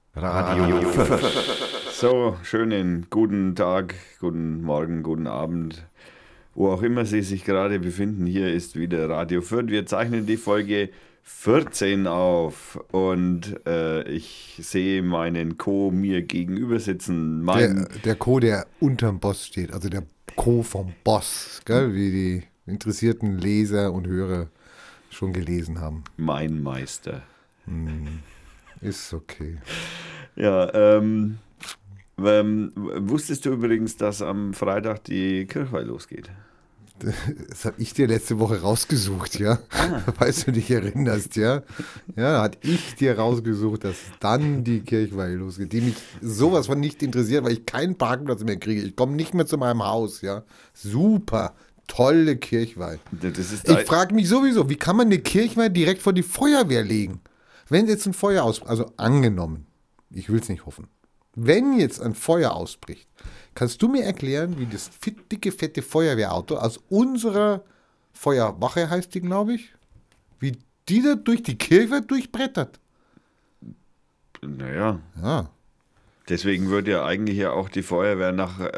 Radio Fürth. So, schönen guten Tag, guten Morgen, guten Abend, wo auch immer Sie sich gerade befinden. Hier ist wieder Radio Fürth. Wir zeichnen die Folge 14 auf und ich sehe meinen Co. mir gegenüber sitzen. Der Co., der unterm Boss steht, also der Co. vom Boss, gell? Wie die interessierten Leser und Hörer schon gelesen haben. Mein Meister. Ist okay. Ja, wusstest du übrigens, dass am Freitag die Kirchweih losgeht? Das habe ich dir letzte Woche rausgesucht, ja. Weißt du dich erinnerst, ja? Ja, hat ich dir rausgesucht, dass dann die Kirchweih losgeht, die mich sowas von nicht interessiert, weil ich keinen Parkplatz mehr kriege. Ich komme nicht mehr zu meinem Haus, ja. Super, tolle Kirchweih. Ich frage mich sowieso, wie kann man eine Kirchweih direkt vor die Feuerwehr legen? Wenn jetzt ein Feuer ausbricht, also angenommen, ich will es nicht hoffen, wenn jetzt ein Feuer ausbricht, kannst du mir erklären, wie das dicke, fette Feuerwehrauto aus unserer Feuerwache heißt die, glaube ich, wie die da durch die Kirche durchbrettert? Naja. Ja. Deswegen wird ja eigentlich ja auch die Feuerwehr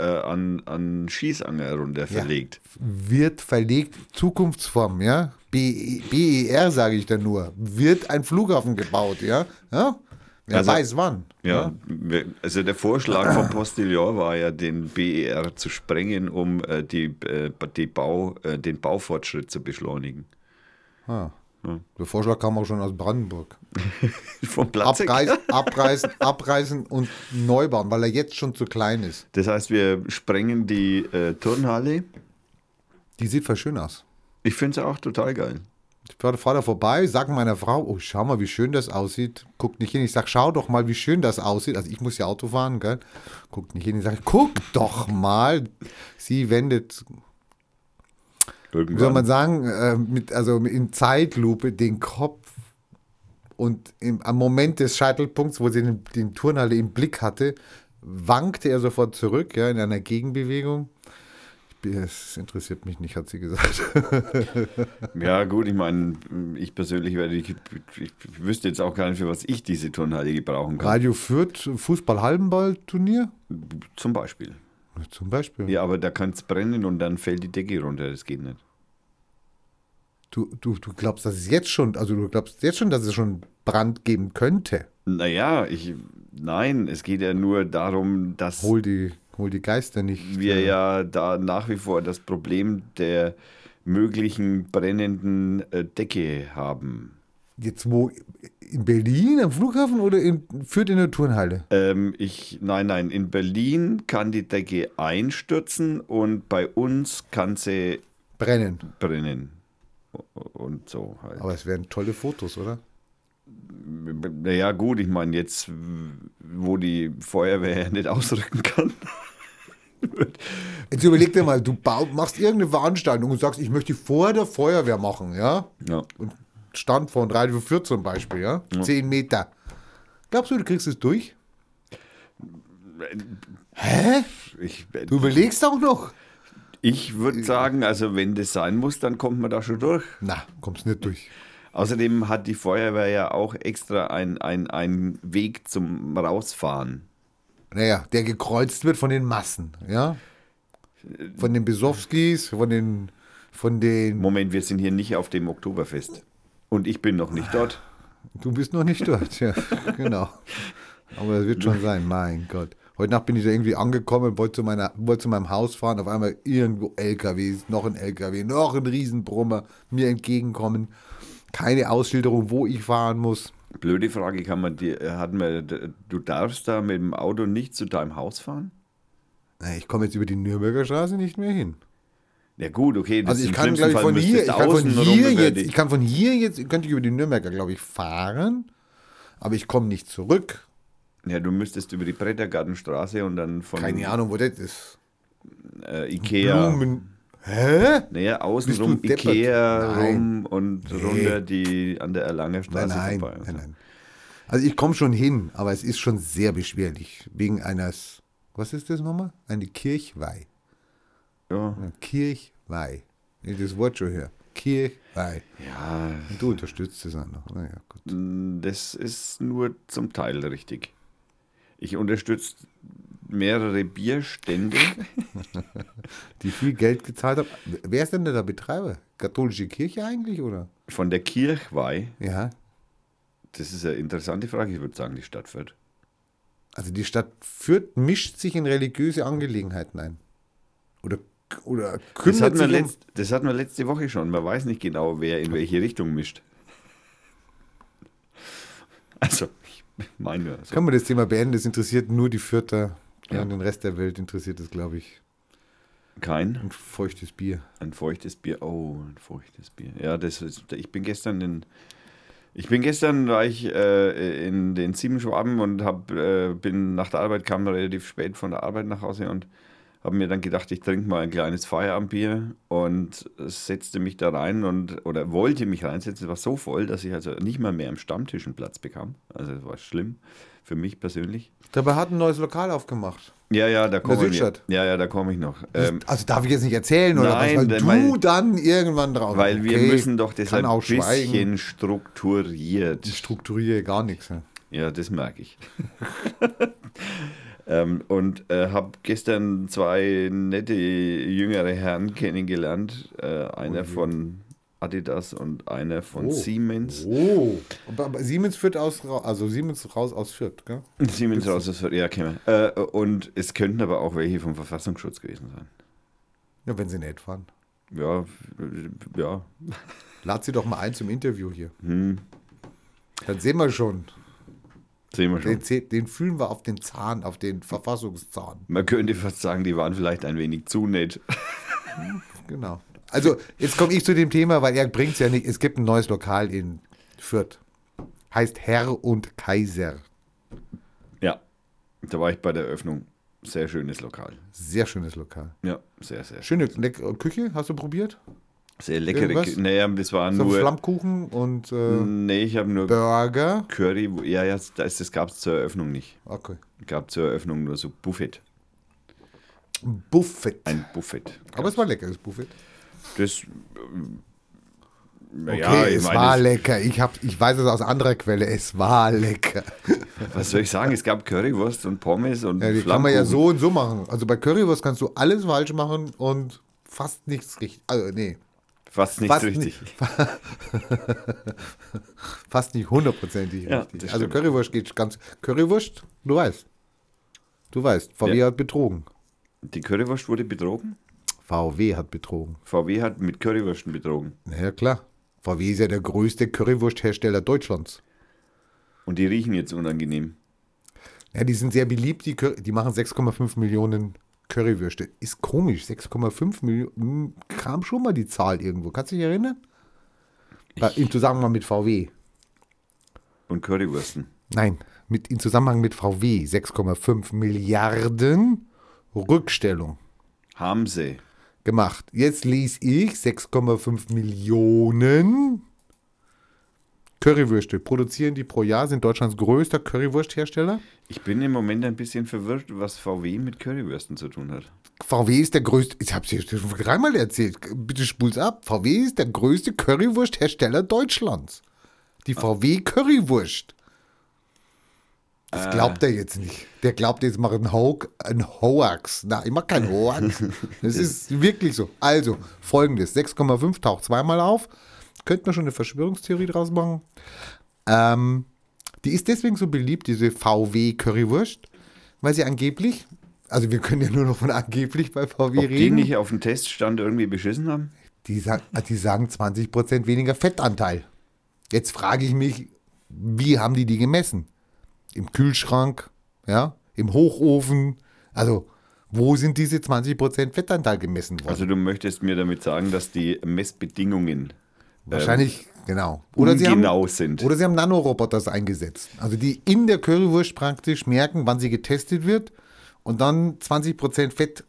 an Schießanger runter verlegt. Ja, wird verlegt, Zukunftsform, ja. BER sage ich da nur. Wird ein Flughafen gebaut, ja. Ja. Wer weiß wann. Ja, also der Vorschlag vom Postillon war ja, den BER zu sprengen, um den Baufortschritt zu beschleunigen. Ah. Ja. Der Vorschlag kam auch schon aus Brandenburg. Vom Platzek. Abreißen und neu bauen, weil er jetzt schon zu klein ist. Das heißt, wir sprengen die Turnhalle. Die sieht voll schön aus. Ich finde es auch total geil. Ich fahre da vorbei, sage meiner Frau, oh, schau mal, wie schön das aussieht. Guckt nicht hin. Ich sage, schau doch mal, wie schön das aussieht. Also ich muss ja Auto fahren, gell? Guckt nicht hin. Ich sage, guck doch mal. Sie wendet, wie soll man sagen, in Zeitlupe den Kopf und am Moment des Scheitelpunkts, wo sie den Turnhalle im Blick hatte, wankte er sofort zurück, ja, in einer Gegenbewegung. Es interessiert mich nicht, hat sie gesagt. Ja gut, ich meine, ich persönlich ich wüsste jetzt auch gar nicht, für was ich diese Turnhalle gebrauchen kann. Radio Fürth, Fußball-Hallenball-Turnier? Zum Beispiel. Zum Beispiel. Ja, aber da kann es brennen und dann fällt die Decke runter, das geht nicht. Du glaubst, dass es jetzt schon, dass es schon Brand geben könnte? Naja, nein, es geht ja nur darum, dass Hol die Geister nicht. Wir ja da nach wie vor das Problem der möglichen brennenden Decke haben. Jetzt wo? In Berlin am Flughafen oder Fürth in der Turnhalle? Nein, in Berlin kann die Decke einstürzen und bei uns kann sie brennen. Und so halt. Aber es wären tolle Fotos, oder? Naja, gut, ich meine, jetzt, wo die Feuerwehr nicht ausrücken kann. Jetzt überleg dir mal, du machst irgendeine Veranstaltung und sagst, ich möchte vor der Feuerwehr machen, ja? Ja. Und Stand von Radio Fürth zum Beispiel, ja? 10 Meter. Glaubst du kriegst es durch? Hä? Du überlegst auch noch. Ich würde sagen, also wenn das sein muss, dann kommt man da schon durch. Na, kommst nicht durch. Außerdem hat die Feuerwehr ja auch extra einen Weg zum Rausfahren. Naja, der gekreuzt wird von den Massen, ja? Von den Besowskis, von den... Moment, wir sind hier nicht auf dem Oktoberfest. Und ich bin noch nicht dort. Du bist noch nicht dort, ja, genau. Aber es wird schon sein, mein Gott. Heute Nacht bin ich da irgendwie angekommen, wollte zu meinem Haus fahren, auf einmal irgendwo LKWs, noch ein LKW, noch ein Riesenbrummer mir entgegenkommen. Keine Ausschilderung, wo ich fahren muss. Blöde Frage, du darfst da mit dem Auto nicht zu deinem Haus fahren? Ich komme jetzt über die Nürnberger Straße nicht mehr hin. Ja gut, okay. Also ich kann gleich könnte ich über die Nürnberger, glaube ich, fahren, aber ich komme nicht zurück. Ja, du müsstest über die Brettergartenstraße und dann von... Keine Ahnung, wo das ist. Ikea. Hä? Naja, außenrum Ikea rum und runter die an der Erlanger Straße vorbei. Nein. Also ich komme schon hin, aber es ist schon sehr beschwerlich. Wegen eines, was ist das nochmal? Eine Kirchweih. Ja. Kirchweih. Das Wort schon her. Kirchweih. Ja. Und du unterstützt es auch noch. Naja, gut. Das ist nur zum Teil richtig. Ich unterstütze mehrere Bierstände. Die viel Geld gezahlt haben. Wer ist denn der Betreiber? Katholische Kirche eigentlich, oder? Von der Kirchweih. Ja. Das ist eine interessante Frage. Ich würde sagen, die Stadt Fürth. Also die Stadt Fürth mischt sich in religiöse Angelegenheiten ein. Oder Das hatten, kümmert wir sich das hatten wir letzte Woche schon. Man weiß nicht genau, wer in welche Richtung mischt. Also, ich meine nur. So. Können wir das Thema beenden? Das interessiert nur die Fürther. Ja, und den Rest der Welt interessiert es, glaube ich. Kein? Ein feuchtes Bier. Ein feuchtes Bier. Oh, ein feuchtes Bier. Ja, ich bin gestern war ich in den Siebenschwaben und bin nach der Arbeit, kam relativ spät von der Arbeit nach Hause und habe mir dann gedacht, ich trinke mal ein kleines Feierabendbier und setzte mich da rein oder wollte mich reinsetzen. Es war so voll, dass ich also nicht mal mehr am Stammtisch einen Platz bekam. Also das war schlimm für mich persönlich. Dabei hat ein neues Lokal aufgemacht. Ja, da komme ich. Südstadt. Ja, da komme ich noch. Also darf ich jetzt nicht erzählen, oder nein, was? Weil du dann irgendwann drauf. Weil wir müssen doch das ein bisschen schweigen. strukturiert. Ich strukturiere gar nichts. Ja. Ja, das merke ich. Und habe gestern zwei nette jüngere Herren kennengelernt. Einer von Adidas und einer von Siemens. Oh, aber Siemens führt Siemens raus aus Fürth, gell? Siemens raus aus Fürth, ja, kennen wir. Und es könnten aber auch welche vom Verfassungsschutz gewesen sein. Ja, wenn sie nett fahren. Ja. Lad sie doch mal ein zum Interview hier. Dann sehen wir schon. Den fühlen wir auf den Zahn, auf den Verfassungszahn. Man könnte fast sagen, die waren vielleicht ein wenig zu nett. Genau. Also, jetzt komme ich zu dem Thema, weil er bringt es ja nicht. Es gibt ein neues Lokal in Fürth. Heißt Herr und Kaiser. Ja, da war ich bei der Eröffnung. Sehr schönes Lokal. Sehr schönes Lokal. Ja, sehr, sehr schön. Schöne Küche, hast du probiert? Sehr leckere Küche. Naja, das war so nur... Flammkuchen und nee, ich habe nur... Burger. Curry. Ja, das gab es zur Eröffnung nicht. Okay. Gab zur Eröffnung nur so Buffet. Buffet. Ein Buffet. Aber es war leckeres Buffet. Das... Okay, ja, es war lecker. Ich weiß es aus anderer Quelle. Es war lecker. Was soll ich sagen? Es gab Currywurst und Pommes und die kann man ja so und so machen. Also bei Currywurst kannst du alles falsch machen und fast nichts richtig. Also nee. Fast nichts richtig. Fast nicht hundertprozentig richtig. Also Currywurst geht ganz... Currywurst, du weißt, VW hat betrogen. Die Currywurst wurde betrogen? VW hat betrogen. VW hat mit Currywürsten betrogen. Naja, klar. VW ist ja der größte Currywursthersteller Deutschlands. Und die riechen jetzt unangenehm. Ja, die sind sehr beliebt. Die machen 6,5 Millionen Currywürste. Ist komisch. 6,5 Millionen. Kam schon mal die Zahl irgendwo. Kannst du dich erinnern? Im Zusammenhang mit VW. Und Currywürsten? Nein, im Zusammenhang mit VW. 6,5 Milliarden Rückstellung. Haben sie. Gemacht. Jetzt lese ich 6,5 Millionen Currywürste. Produzieren die pro Jahr, sind Deutschlands größter Currywursthersteller. Ich bin im Moment ein bisschen verwirrt, was VW mit Currywürsten zu tun hat. VW ist der größte, ich habe es dir schon dreimal erzählt, bitte spul's ab. VW ist der größte Currywursthersteller Deutschlands. Die VW Currywurst. Das glaubt er jetzt nicht. Der glaubt, jetzt macht ein Hoax. Na, ich mach keinen Hoax. Das ist wirklich so. Also, folgendes. 6,5 taucht zweimal auf. Könnte man schon eine Verschwörungstheorie draus machen. Die ist deswegen so beliebt, diese VW Currywurst, weil sie angeblich, also wir können ja nur noch von angeblich bei VW reden. Die nicht auf dem Teststand irgendwie beschissen haben? Die sagen 20% weniger Fettanteil. Jetzt frage ich mich, wie haben die gemessen? Im Kühlschrank, ja, im Hochofen, also wo sind diese 20% Fettanteil gemessen worden? Also du möchtest mir damit sagen, dass die Messbedingungen wahrscheinlich, genau. Ungenau sind. Oder sie haben Nanoroboter eingesetzt, also die in der Currywurst praktisch merken, wann sie getestet wird und dann 20% Fett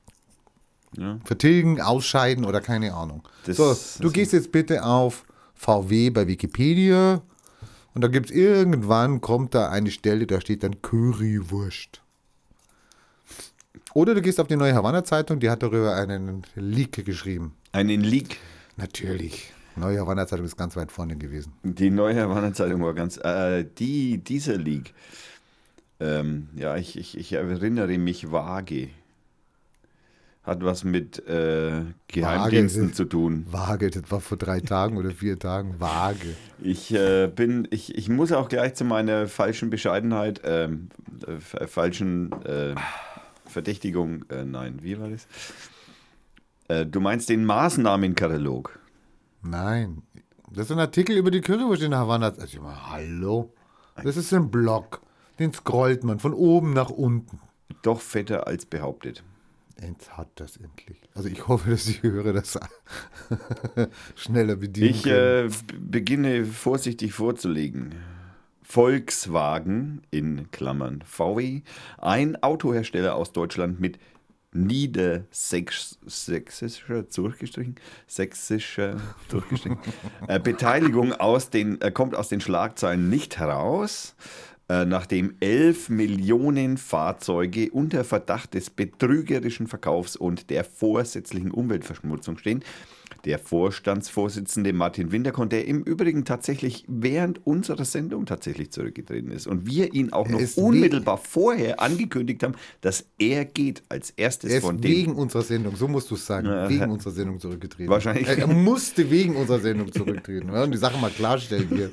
vertilgen, ausscheiden oder keine Ahnung. Du gehst jetzt bitte auf VW bei Wikipedia. Und da gibt es kommt da eine Stelle, da steht dann Currywurst. Oder du gehst auf die Neue Havanna Zeitung, die hat darüber einen Leak geschrieben. Einen Leak? Natürlich. Neue Havanna Zeitung ist ganz weit vorne gewesen. Die Neue Havanna Zeitung war ganz, dieser Leak. Ja, ich erinnere mich vage. Hat was mit Geheimdiensten zu tun. Vage, das war vor 3 Tagen oder 4 Tagen. Vage. Ich muss auch gleich zu meiner falschen Bescheidenheit, falschen Verdächtigung, nein, wie war das? Du meinst den Maßnahmenkatalog? Nein. Das ist ein Artikel über die Currywurst in Havanna. Also ich meine, hallo? Das ist ein Blog. Den scrollt man von oben nach unten. Doch fetter als behauptet. Jetzt hat das endlich. Also ich hoffe, dass die Hörer das schneller bedienen können. Ich beginne vorsichtig vorzulegen. Volkswagen, in Klammern VW, ein Autohersteller aus Deutschland mit sächsischer Beteiligung kommt aus den Schlagzeilen nicht heraus, nachdem 11 Millionen Fahrzeuge unter Verdacht des betrügerischen Verkaufs und der vorsätzlichen Umweltverschmutzung stehen. Der Vorstandsvorsitzende Martin Winterkorn, der im Übrigen tatsächlich während unserer Sendung tatsächlich zurückgetreten ist und wir ihn auch noch unmittelbar vorher angekündigt haben, dass er geht als erstes von dem. Wegen unserer Sendung, so musst du es sagen, wegen unserer Sendung zurückgetreten. Wahrscheinlich. Er musste wegen unserer Sendung zurücktreten. Und die Sache mal klarstellen hier.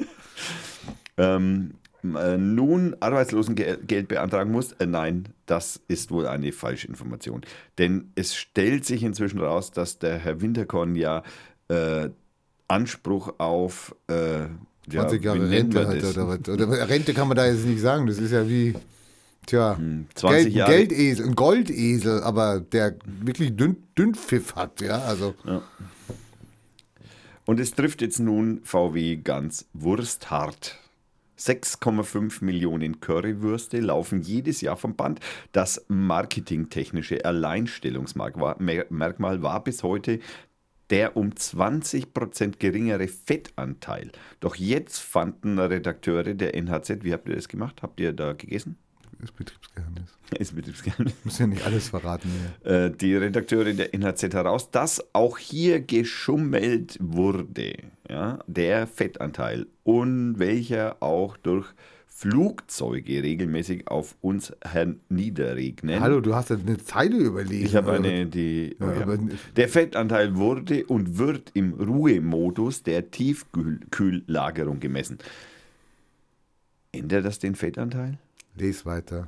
Nun Arbeitslosengeld beantragen muss? Nein, das ist wohl eine falsche Information. Denn es stellt sich inzwischen raus, dass der Herr Winterkorn ja Anspruch auf 20 Jahre Rente hat oder was. Oder Rente kann man da jetzt nicht sagen. Das ist ja wie 20 Jahre. Geldesel, ein Goldesel, aber der wirklich Dünnpfiff hat. Ja, also. Ja. Und es trifft jetzt nun VW ganz wursthart. 6,5 Millionen Currywürste laufen jedes Jahr vom Band. Das marketingtechnische Alleinstellungsmerkmal war bis heute der um 20% geringere Fettanteil. Doch jetzt fanden Redakteure der NHZ, wie habt ihr das gemacht? Habt ihr da gegessen? Das ist Betriebsgeheimnis. Ist Betriebsgeheimnis. Muss ja nicht alles verraten hier. Die Redakteure der NHZ heraus, dass auch hier geschummelt wurde. Ja, der Fettanteil und welcher auch durch Flugzeuge regelmäßig auf uns herniederregnen. Hallo, du hast ja eine Zeile überlesen. Ich habe Der Fettanteil wurde und wird im Ruhemodus der Tiefkühllagerung gemessen. Ändert das den Fettanteil? Les weiter.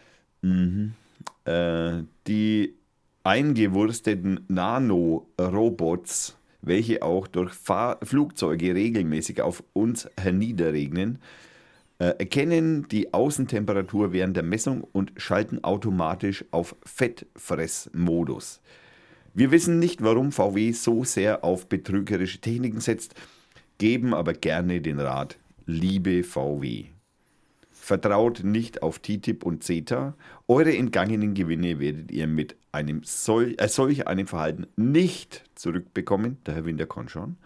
Die eingewursteten Nanorobots, welche auch durch Flugzeuge regelmäßig auf uns herniederregnen, erkennen die Außentemperatur während der Messung und schalten automatisch auf Fettfressmodus. Wir wissen nicht, warum VW so sehr auf betrügerische Techniken setzt, geben aber gerne den Rat, liebe VW. Vertraut nicht auf TTIP und CETA. Eure entgangenen Gewinne werdet ihr mit solch einem Verhalten nicht zurückbekommen, der Herr Winterkorn schon,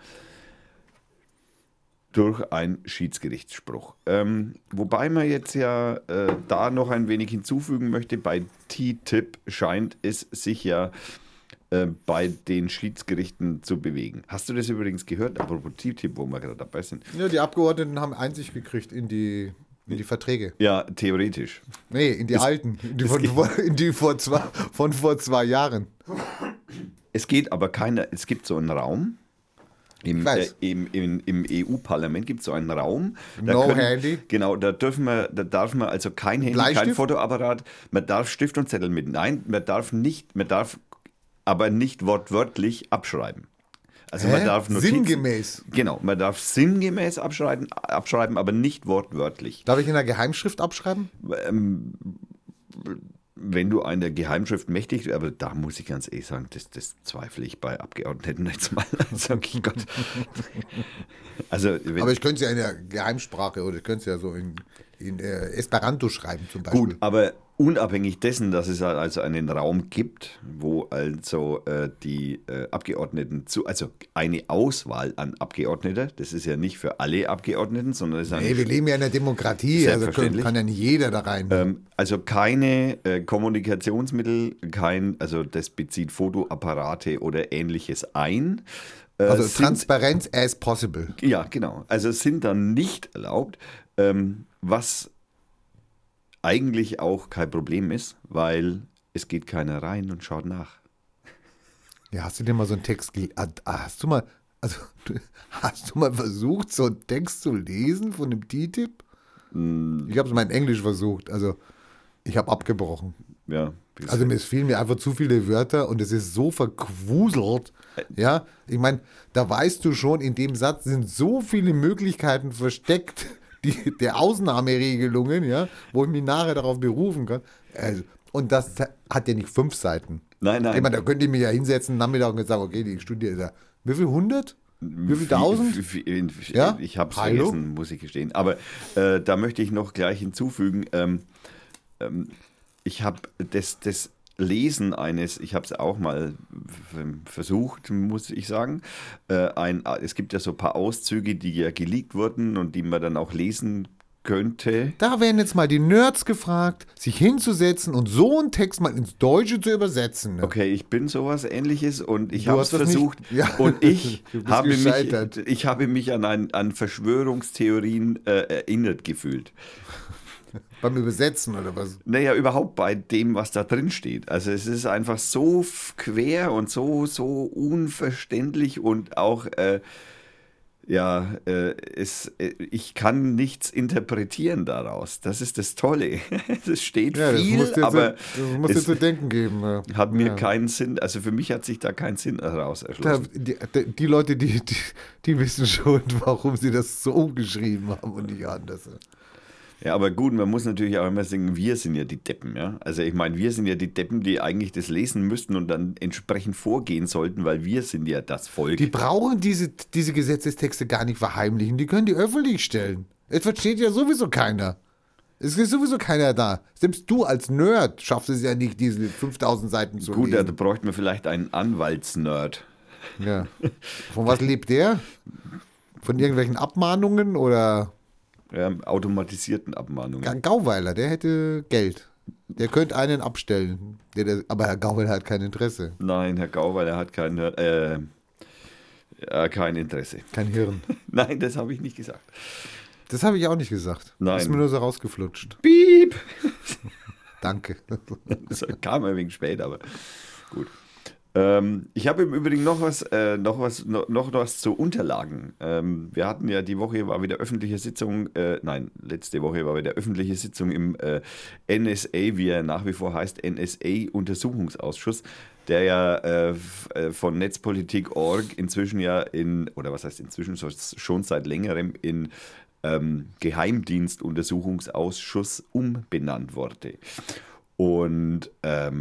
durch einen Schiedsgerichtsspruch. Wobei man jetzt ja da noch ein wenig hinzufügen möchte, bei TTIP scheint es sich ja bei den Schiedsgerichten zu bewegen. Hast du das übrigens gehört, apropos TTIP, wo wir gerade dabei sind? Ja, die Abgeordneten haben Einsicht gekriegt in die Verträge. Ja, theoretisch. Nee, in die alten. Von vor 2 Jahren. Es geht aber es gibt so einen Raum. Im EU-Parlament gibt es so einen Raum. Handy. Genau, da darf man also kein Handy, kein Fotoapparat, man darf Stift und Zettel mit. Nein, man darf aber nicht wortwörtlich abschreiben. Also man darf sinngemäß. Genau, man darf sinngemäß abschreiben, aber nicht wortwörtlich. Darf ich in der Geheimschrift abschreiben? Wenn du einer Geheimschrift mächtig, aber da muss ich ganz ehrlich sagen, das zweifle ich bei Abgeordneten jetzt mal. Gott. Aber ich könnte es ja in der Geheimsprache oder ich könnte es ja so in Esperanto schreiben zum Beispiel. Gut, aber unabhängig dessen, dass es also einen Raum gibt, wo also die Abgeordneten also eine Auswahl an Abgeordneter, das ist ja nicht für alle Abgeordneten, sondern es ist wir leben ja in der Demokratie, also kann ja nicht jeder da rein. Also keine Kommunikationsmittel, also das bezieht Fotoapparate oder ähnliches ein. Also Transparenz as possible. Ja, genau. Also sind dann nicht erlaubt, was eigentlich auch kein Problem ist, weil es geht keiner rein und schaut nach. Ja, hast du dir mal so einen Text hast du mal versucht, so einen Text zu lesen von dem TTIP? Ich habe es mal in Englisch versucht, also ich habe abgebrochen. Ja, Also es fehlen mir einfach zu viele Wörter und es ist so verquuselt. Ja, ich meine, da weißt du schon, in dem Satz sind so viele Möglichkeiten versteckt, der Ausnahmeregelungen, ja, wo ich mich nachher darauf berufen kann. Also, und das hat ja nicht 5 Seiten. Nein. Ich meine, da könnte ich mich ja hinsetzen, Nachmittag und sagen, okay, die Studie ist ja, wie viel 100? Wie viel 1000? Ja? Ich habe es Hallo? vergessen, muss ich gestehen. Aber da möchte ich noch gleich hinzufügen, ich habe das Lesen ich habe es auch mal versucht, muss ich sagen. Es gibt ja so ein paar Auszüge, die ja geleakt wurden und die man dann auch lesen könnte. Da werden jetzt mal die Nerds gefragt, sich hinzusetzen und so einen Text mal ins Deutsche zu übersetzen. Ne? Okay, ich bin sowas Ähnliches und ich Du habe es hast das nicht- versucht Ja. und ich Du bist habe gescheitert. ich habe mich an Verschwörungstheorien erinnert gefühlt. Beim Übersetzen oder was? Naja, überhaupt bei dem, was da drin steht. Also es ist einfach so quer und so unverständlich und auch, ich kann nichts interpretieren daraus. Das ist das Tolle. Es steht Ja, das viel, muss dir aber dir es zu denken geben. Ja. hat mir Ja. keinen Sinn, also für mich hat sich da kein Sinn daraus erschlossen. Die Leute, die wissen schon, warum sie das so geschrieben haben und nicht anders. Ja, aber gut, man muss natürlich auch immer sagen, wir sind ja die Deppen, ja. Also ich meine, wir sind ja die Deppen, die eigentlich das lesen müssten und dann entsprechend vorgehen sollten, weil wir sind ja das Volk. Die brauchen diese Gesetzestexte gar nicht verheimlichen, die können die öffentlich stellen. Es versteht ja sowieso keiner. Es ist sowieso keiner da. Selbst du als Nerd schaffst es ja nicht, diese 5000 Seiten zu Gut, da lesen. bräuchte man vielleicht einen Anwaltsnerd. Ja. Von was lebt der? Von irgendwelchen Abmahnungen oder Ja, automatisierten Abmahnungen. Gauweiler, der hätte Geld. Der könnte einen abstellen. Aber Herr Gauweiler hat kein Interesse. Nein, Herr Gauweiler hat kein Interesse. Kein Hirn. Nein, das habe ich nicht gesagt. Das habe ich auch nicht gesagt. Nein. Ist mir nur so rausgeflutscht. Piep! Danke. Das kam ein wenig spät, aber gut. Ich habe im Übrigen noch was zu Unterlagen. Wir hatten ja die Woche war wieder öffentliche Sitzung, letzte Woche war wieder öffentliche Sitzung im NSA, wie er nach wie vor heißt, NSA-Untersuchungsausschuss, der ja von Netzpolitik.org inzwischen ja schon seit längerem in Geheimdienstuntersuchungsausschuss umbenannt wurde. Und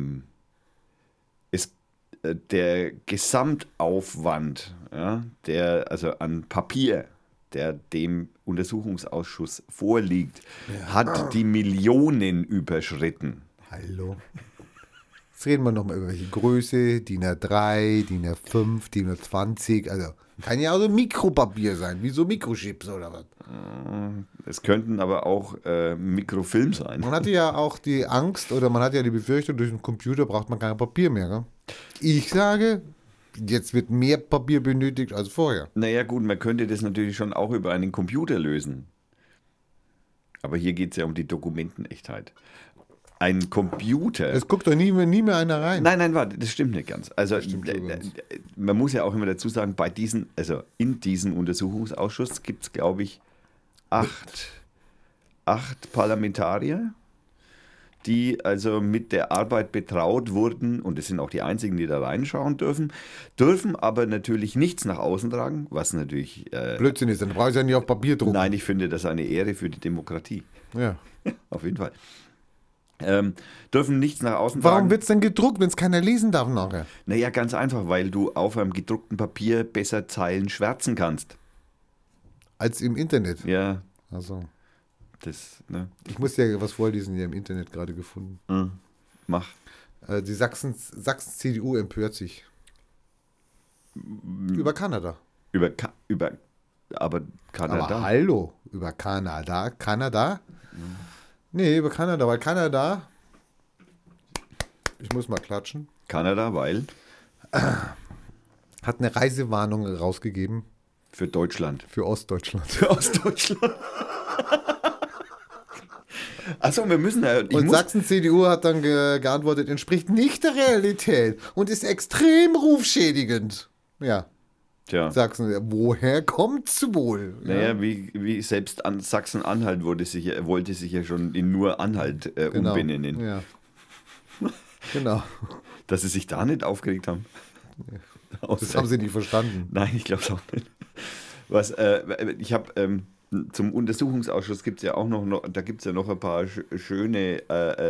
der Gesamtaufwand, ja, also an Papier, der dem Untersuchungsausschuss vorliegt, hat die Millionen überschritten. Hallo. Jetzt reden wir nochmal über welche Größe, DIN A3, DIN A5, DIN A20, also kann ja auch so Mikropapier sein, wie so Mikrochips oder was. Es könnten aber auch Mikrofilm sein. Man hatte ja auch die Angst oder man hat ja die Befürchtung, durch den Computer braucht man kein Papier mehr. Gell? Ich sage, jetzt wird mehr Papier benötigt als vorher. Naja gut, man könnte das natürlich schon auch über einen Computer lösen. Aber hier geht es ja um die Dokumentenechtheit. Ein Computer... Es guckt doch nie mehr einer rein. Nein, warte, das stimmt nicht ganz. Also stimmt so ganz. man muss ja auch immer dazu sagen, in diesem Untersuchungsausschuss gibt es, glaube ich, acht Parlamentarier, die also mit der Arbeit betraut wurden, und es sind auch die einzigen, die da reinschauen dürfen aber natürlich nichts nach außen tragen, was natürlich... Blödsinn ist, dann brauchst du ja nicht auf Papier drucken. Nein, ich finde das eine Ehre für die Demokratie. Ja. Auf jeden Fall. Dürfen nichts nach außen tragen. Warum wird es denn gedruckt, wenn es keiner lesen darf nachher? Naja, ganz einfach, weil du auf einem gedruckten Papier besser Zeilen schwärzen kannst. Als im Internet. Ja, Also, ne? ich muss dir was vorlesen, hier im Internet gerade gefunden. Mach. Die Sachsen-CDU empört sich. Über Kanada. Aber Kanada. Aber hallo, über Kanada. Kanada? Nee, über Kanada, weil Kanada, ich muss mal klatschen, Kanada, weil hat eine Reisewarnung rausgegeben für Deutschland. für Ostdeutschland. Für Ostdeutschland. Achso, wir müssen. Und Sachsen-CDU hat dann geantwortet, entspricht nicht der Realität und ist extrem rufschädigend. Ja. Tja. Sachsen, woher kommt's wohl? Naja, wie selbst Sachsen-Anhalt wollte sich ja schon in nur Anhalt umbenennen. Ja. Genau. Dass sie sich da nicht aufgeregt haben. Das haben sie nicht verstanden. Nein, ich glaube es auch nicht. Ich habe zum Untersuchungsausschuss gibt es ja auch noch, da gibt es ja noch ein paar schöne,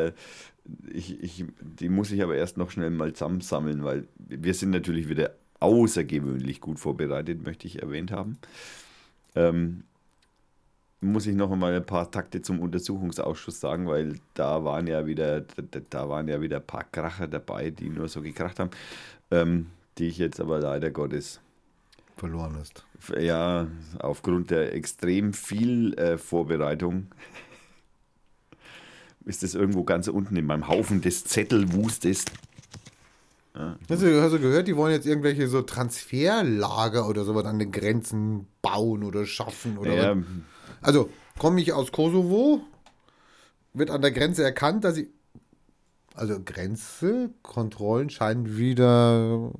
die muss ich aber erst noch schnell mal zusammensammeln, weil wir sind natürlich wieder außergewöhnlich gut vorbereitet, möchte ich erwähnt haben. Muss ich noch einmal ein paar Takte zum Untersuchungsausschuss sagen, weil da waren ja wieder ein paar Kracher dabei, die nur so gekracht haben, die ich jetzt aber leider Gottes verloren hast. Ja, aufgrund der extrem viel Vorbereitung ist das irgendwo ganz unten in meinem Haufen des Zettelwustes. Ja. Hast du gehört, die wollen jetzt irgendwelche so Transferlager oder sowas an den Grenzen bauen oder schaffen? Oder ja. Also, komme ich aus Kosovo, wird an der Grenze erkannt, dass ich. Also Grenze, Kontrollen scheinen wieder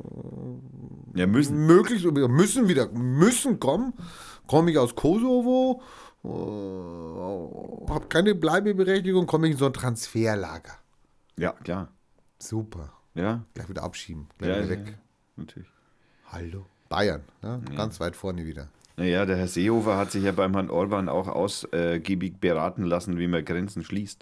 müssen kommen. Komme ich aus Kosovo, habe keine Bleibeberechtigung, komme ich in so ein Transferlager. Ja, klar. Super. Ja. Gleich wieder abschieben, gleich wieder weg. Ja, natürlich. Hallo. Bayern, ne? Ganz weit vorne wieder. Naja, der Herr Seehofer hat sich ja beim Herrn Orban auch ausgiebig beraten lassen, wie man Grenzen schließt.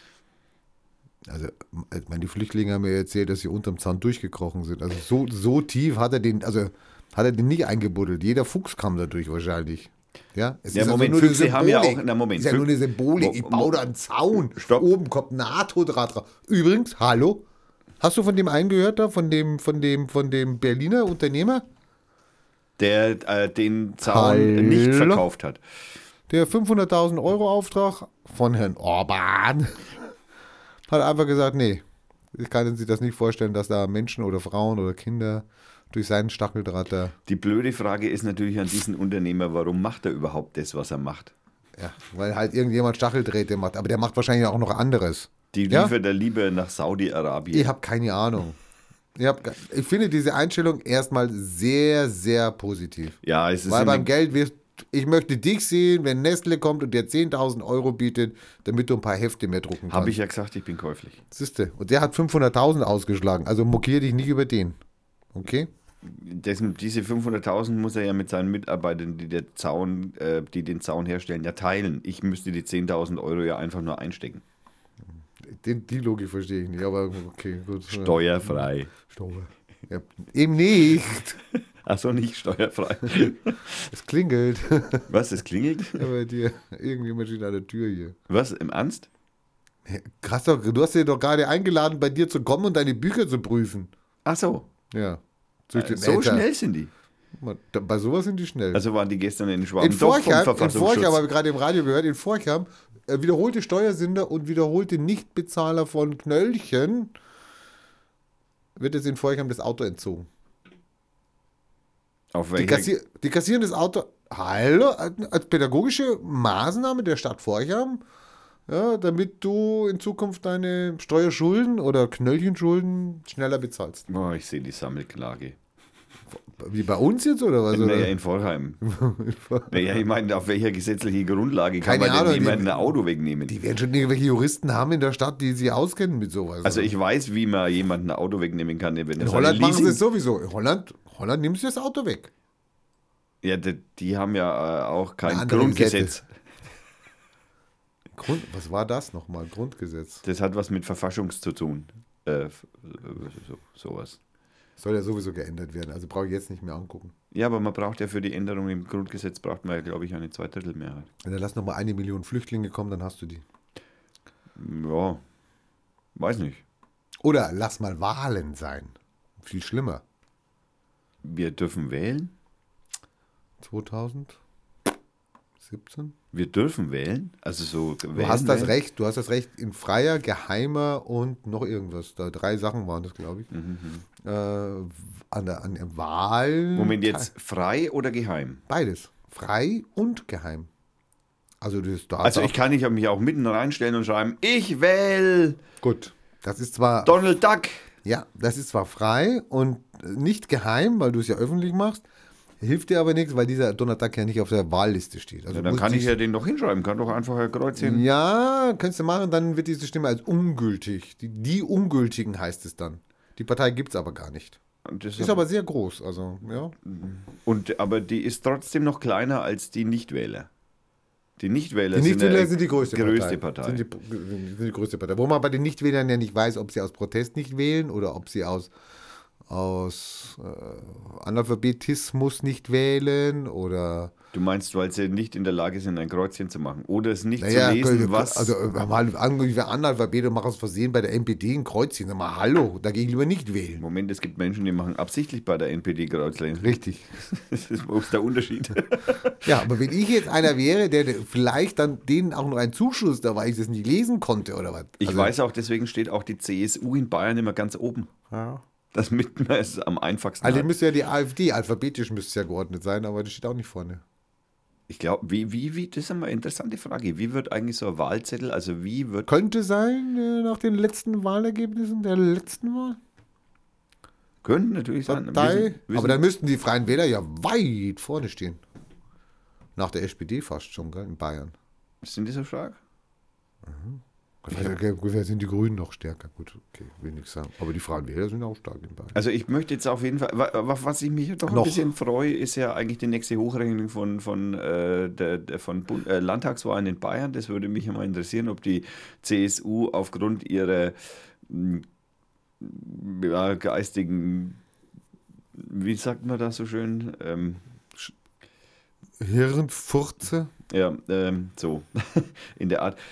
Also, die Flüchtlinge haben mir erzählt, dass sie unterm Zaun durchgekrochen sind. Also so tief hat er den nicht eingebuddelt. Jeder Fuchs kam da durch wahrscheinlich. Ja, es ist Moment, also nur Füchse haben ja auch, ist ja nur eine Symbolik. Ich baue da einen Zaun. Stopp. Oben kommt ein NATO-Draht drauf. Übrigens, hallo, hast du von dem einen gehört da, von dem Berliner Unternehmer? Der den Zaun nicht verkauft hat. Der 500.000 Euro Auftrag von Herrn Orban hat einfach gesagt, nee, ich kann sich das nicht vorstellen, dass da Menschen oder Frauen oder Kinder durch seinen Stacheldraht da... Die blöde Frage ist natürlich an diesen Unternehmer, warum macht er überhaupt das, was er macht? Ja, weil halt irgendjemand Stacheldrähte macht, aber der macht wahrscheinlich auch noch anderes. Die liefert er lieber nach Saudi-Arabien. Ich habe keine Ahnung. Ich finde diese Einstellung erstmal sehr, sehr positiv. Ja, es ist weil beim Geld ich möchte dich sehen, wenn Nestle kommt und dir 10.000 Euro bietet, damit du ein paar Hefte mehr drucken kannst. Habe ich ja gesagt, ich bin käuflich. Siehste, und der hat 500.000 ausgeschlagen, also mokier dich nicht über den. Okay? Diese 500.000 muss er ja mit seinen Mitarbeitern, die den Zaun herstellen, ja teilen. Ich müsste die 10.000 Euro ja einfach nur einstecken. Die Logik verstehe ich nicht, aber okay, gut. Steuerfrei. Ja, eben nicht. Achso, nicht steuerfrei. Es klingelt. Was, es klingelt? Ja, bei dir. Irgendjemand steht an der Tür hier. Was, im Ernst? Krass, du hast dir doch gerade eingeladen, bei dir zu kommen und deine Bücher zu prüfen. Ach so. Ja. So schnell sind die? Bei sowas sind die schnell. Also waren die gestern in Schwaben in Forchheim habe ich gerade im Radio gehört, in Forchheim wiederholte Steuersünder und wiederholte Nichtbezahler von Knöllchen wird jetzt in Forchheim das Auto entzogen. Auf welcher? Die kassieren das Auto, hallo, als pädagogische Maßnahme der Stadt Forchheim, ja, damit du in Zukunft deine Steuerschulden oder Knöllchenschulden schneller bezahlst. Oh, ich sehe die Sammelklage. Wie bei uns jetzt oder was? Naja, in Forchheim. Naja, ich meine, auf welcher gesetzlichen Grundlage kann man denn jemandem ein Auto wegnehmen? Die werden schon irgendwelche Juristen haben in der Stadt, die sich auskennen mit sowas. Also ich weiß, wie man jemandem ein Auto wegnehmen kann. Wenn in Holland machen sie es sowieso. In Holland nimmst du das Auto weg. Ja, die haben ja auch kein Grundgesetz. Was war das nochmal? Grundgesetz. Das hat was mit Verfassung zu tun. Sowas. Soll ja sowieso geändert werden, also brauche ich jetzt nicht mehr angucken. Ja, aber man braucht ja für die Änderung im Grundgesetz, braucht man ja, glaube ich, eine Zweidrittelmehrheit. Dann lass nochmal 1 Million Flüchtlinge kommen, dann hast du die. Ja, weiß nicht. Oder lass mal Wahlen sein. Viel schlimmer. Wir dürfen wählen? 2017? Wir dürfen wählen? Also so du hast das Recht in freier, geheimer und noch irgendwas. Da 3 Sachen waren das, glaube ich. An der Wahl. Moment, jetzt frei oder geheim? Beides. Frei und geheim. Also, Also ich kann mich auch mitten reinstellen und schreiben, ich wähle Gut, das ist zwar... Donald Duck. Ja, das ist zwar frei und nicht geheim, weil du es ja öffentlich machst, hilft dir aber nichts, weil dieser Donald Duck ja nicht auf der Wahlliste steht. Also Ja, dann kann ich ja den doch hinschreiben, kann doch einfach ein Kreuzchen. Ja, kannst du machen, dann wird diese Stimme als ungültig. Die Ungültigen heißt es dann. Die Partei gibt es aber gar nicht. Ist aber sehr groß, also, ja. Aber die ist trotzdem noch kleiner als die Nichtwähler. Die Nichtwähler, sind die größte Partei. Sind die größte Partei. Wo man bei den Nichtwählern ja nicht weiß, ob sie aus Protest nicht wählen oder ob sie aus Analphabetismus nicht wählen oder... Du meinst, weil sie nicht in der Lage sind, ein Kreuzchen zu machen oder es nicht zu lesen, was... Also, wer Analphabete machen aus Versehen bei der NPD ein Kreuzchen. Sag mal, hallo, dagegen lieber nicht wählen. Moment, es gibt Menschen, die machen absichtlich bei der NPD Kreuzchen. Richtig. Das ist der Unterschied. Ja, aber wenn ich jetzt einer wäre, der vielleicht dann denen auch noch einen Zuschuss, da weil ich das nicht lesen konnte oder was. Ich weiß auch, deswegen steht auch die CSU in Bayern immer ganz oben. Ja. Damit man es am einfachsten Also hat. müsste ja die AfD, alphabetisch müsste es ja geordnet sein, aber das steht auch nicht vorne. Ich glaube, das ist eine interessante Frage. Wie wird eigentlich so ein Wahlzettel, Könnte sein, nach den letzten Wahlergebnissen der letzten Wahl. Könnte natürlich sein. Aber dann müssten die Freien Wähler ja weit vorne stehen. Nach der SPD fast schon, gell, in Bayern. Sind die so stark? Wer sind die Grünen noch stärker? Gut, okay, will nichts sagen. Aber die Freien Wähler sind auch stark in Bayern. Also ich möchte jetzt auf jeden Fall, was ich mich doch ein bisschen freue, ist ja eigentlich die nächste Hochrechnung von Landtagswahlen in Bayern. Das würde mich mal interessieren, ob die CSU aufgrund ihrer geistigen, wie sagt man das so schön? Hirnfurze? Ja, so in der Art.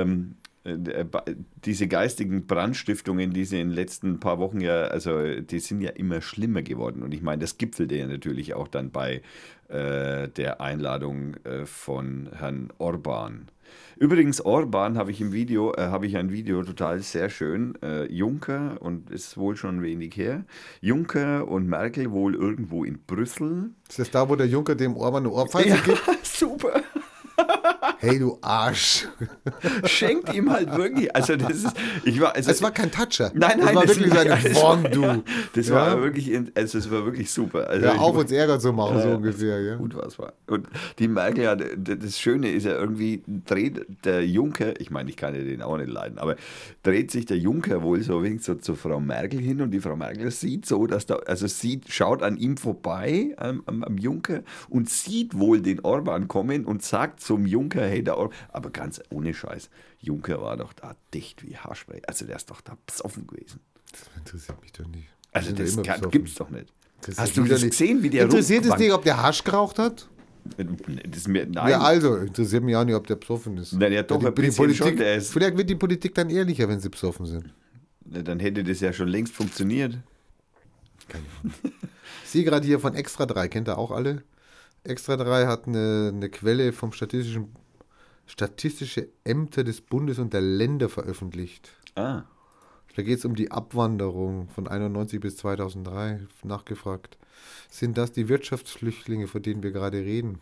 Diese geistigen Brandstiftungen, die sie in den letzten paar Wochen die sind ja immer schlimmer geworden. Und ich meine, das gipfelte ja natürlich auch dann bei der Einladung von Herrn Orban. Übrigens, Orban habe ich ein Video total sehr schön. Juncker, und ist wohl schon wenig her, Juncker und Merkel wohl irgendwo in Brüssel. Ist das da, wo der Juncker dem Orban eine Ohrfeige gibt? Super. Hey, du Arsch. Schenkt ihm halt wirklich. Also das ist, es war kein Toucher. Nein, das war wirklich seine Form, du. Das war wirklich super. Also auf uns Ärger zu machen, so ungefähr. Ja. Gut, was war. Und die Merkel hat, das Schöne ist ja irgendwie, dreht der Juncker, ich meine, ich kann ja den auch nicht leiden, aber dreht sich der Juncker wohl so wenig so zu Frau Merkel hin und die Frau Merkel sieht so, schaut an ihm vorbei, am Juncker und sieht wohl den Orban kommen und sagt zum Juncker, hey, aber ganz ohne Scheiß, Juncker war doch da dicht wie Haarspray. Also der ist doch da besoffen gewesen. Das interessiert mich doch nicht. Also das gibt's doch nicht. Hast du das gesehen, wie der interessiert es dich, ob der Hasch geraucht hat? Nein. Ja, also, interessiert mich auch nicht, ob der besoffen ist. Na, ja, doch, vielleicht wird die Politik dann ehrlicher, wenn sie besoffen sind. Dann hätte das ja schon längst funktioniert. Keine Ahnung. Ich sehe gerade hier von Extra 3, kennt ihr auch alle? Extra 3 hat eine Quelle vom Statistische Ämter des Bundes und der Länder veröffentlicht. Ah. Da geht es um die Abwanderung von 91 bis 2003, nachgefragt. Sind das die Wirtschaftsflüchtlinge, von denen wir gerade reden?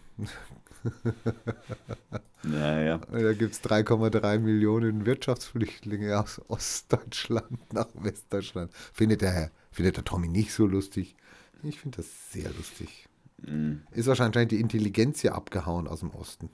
Naja. Da gibt es 3,3 Millionen Wirtschaftsflüchtlinge aus Ostdeutschland nach Westdeutschland. Findet der Tommy nicht so lustig? Ich finde das sehr lustig. Ist wahrscheinlich die Intelligenz hier abgehauen aus dem Osten.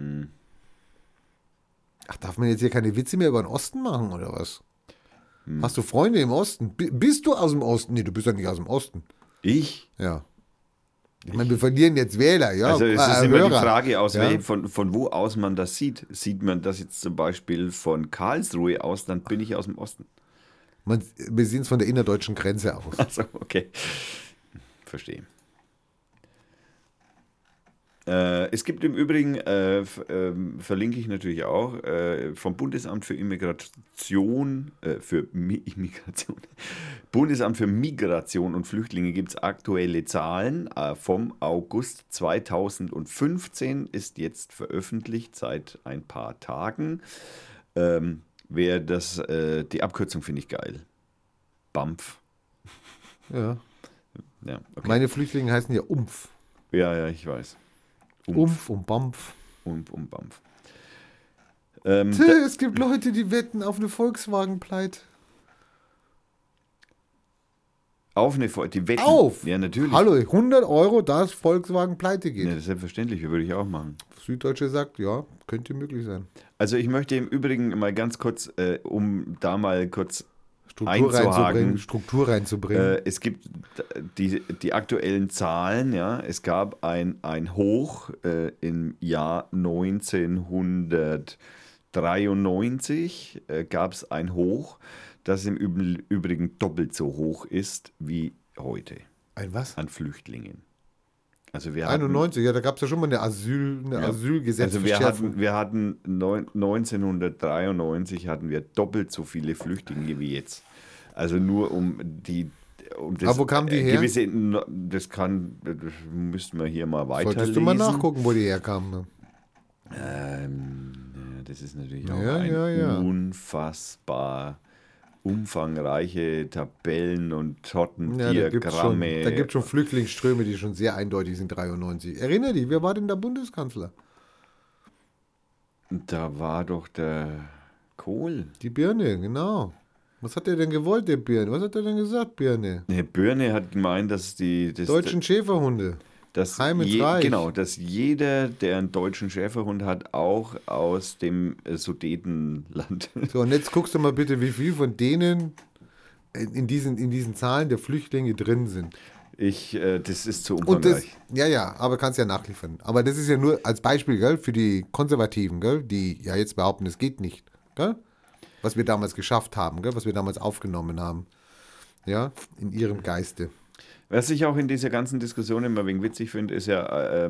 Ach, darf man jetzt hier keine Witze mehr über den Osten machen, oder was? Hast du Freunde im Osten? Bist du aus dem Osten? Nee, du bist ja nicht aus dem Osten. Ich? Ja. Ich meine, wir verlieren jetzt Wähler, ja. Also es ist immer die Frage, von wo aus man das sieht. Sieht man das jetzt zum Beispiel von Karlsruhe aus, dann bin ich aus dem Osten. Wir sehen es von der innerdeutschen Grenze aus. Achso, okay. Verstehe. Es gibt im Übrigen, verlinke ich natürlich auch, vom Bundesamt für Bundesamt für Migration und Flüchtlinge gibt es aktuelle Zahlen vom August 2015, ist jetzt veröffentlicht seit ein paar Tagen. Die Abkürzung finde ich geil. BAMF. Ja. Ja, okay. Meine Flüchtlinge heißen ja UMF. Ja, ich weiß. Umf und BAMF. Und BAMF. Es gibt Leute, die wetten auf eine Volkswagen-Pleite. Auf die wetten. Auf! Ja, natürlich. Hallo, 100 Euro, dass Volkswagen pleite geht. Ja, das ist selbstverständlich, würde ich auch machen. Süddeutsche sagt, ja, könnte möglich sein. Also ich möchte im Übrigen mal ganz kurz, um da mal kurz Struktur reinzubringen. Es gibt die aktuellen Zahlen, ja. Es gab ein Hoch im Jahr 1993, gab es ein Hoch, das im Übrigen doppelt so hoch ist wie heute. Ein was? An Flüchtlingen. Also wir 91, ja, da gab es ja schon mal eine Asylgesetzesverschärfung. Also wir hatten 1993 hatten wir doppelt so viele Flüchtlinge wie jetzt. Also nur um das. Aber wo kamen die her? Das müssten wir hier mal weiterlesen. Solltest du mal nachgucken, wo die herkamen. Das ist natürlich auch unfassbar umfangreiche Tabellen und Tortendiagramme. Da gibt es schon Flüchtlingsströme, die schon sehr eindeutig sind, 93. Erinner dich, wer war denn der Bundeskanzler? Da war doch der Kohl. Die Birne, genau. Was hat er denn gewollt, der Birne? Was hat er denn gesagt, Birne? Der Birne hat gemeint, dass deutschen Schäferhunde. Heim ins Reich. Genau, dass jeder, der einen deutschen Schäferhund hat, auch aus dem Sudetenland. So, und jetzt guckst du mal bitte, wie viel von denen in diesen Zahlen der Flüchtlinge drin sind. Das ist zu umfangreich. Aber kannst ja nachliefern. Aber das ist ja nur als Beispiel, gell, für die Konservativen, gell, die ja jetzt behaupten, es geht nicht. Gell? Was wir damals geschafft haben, gell, was wir damals aufgenommen haben. Ja, in ihrem Geiste. Was ich auch in dieser ganzen Diskussion immer ein wenig witzig finde, ist ja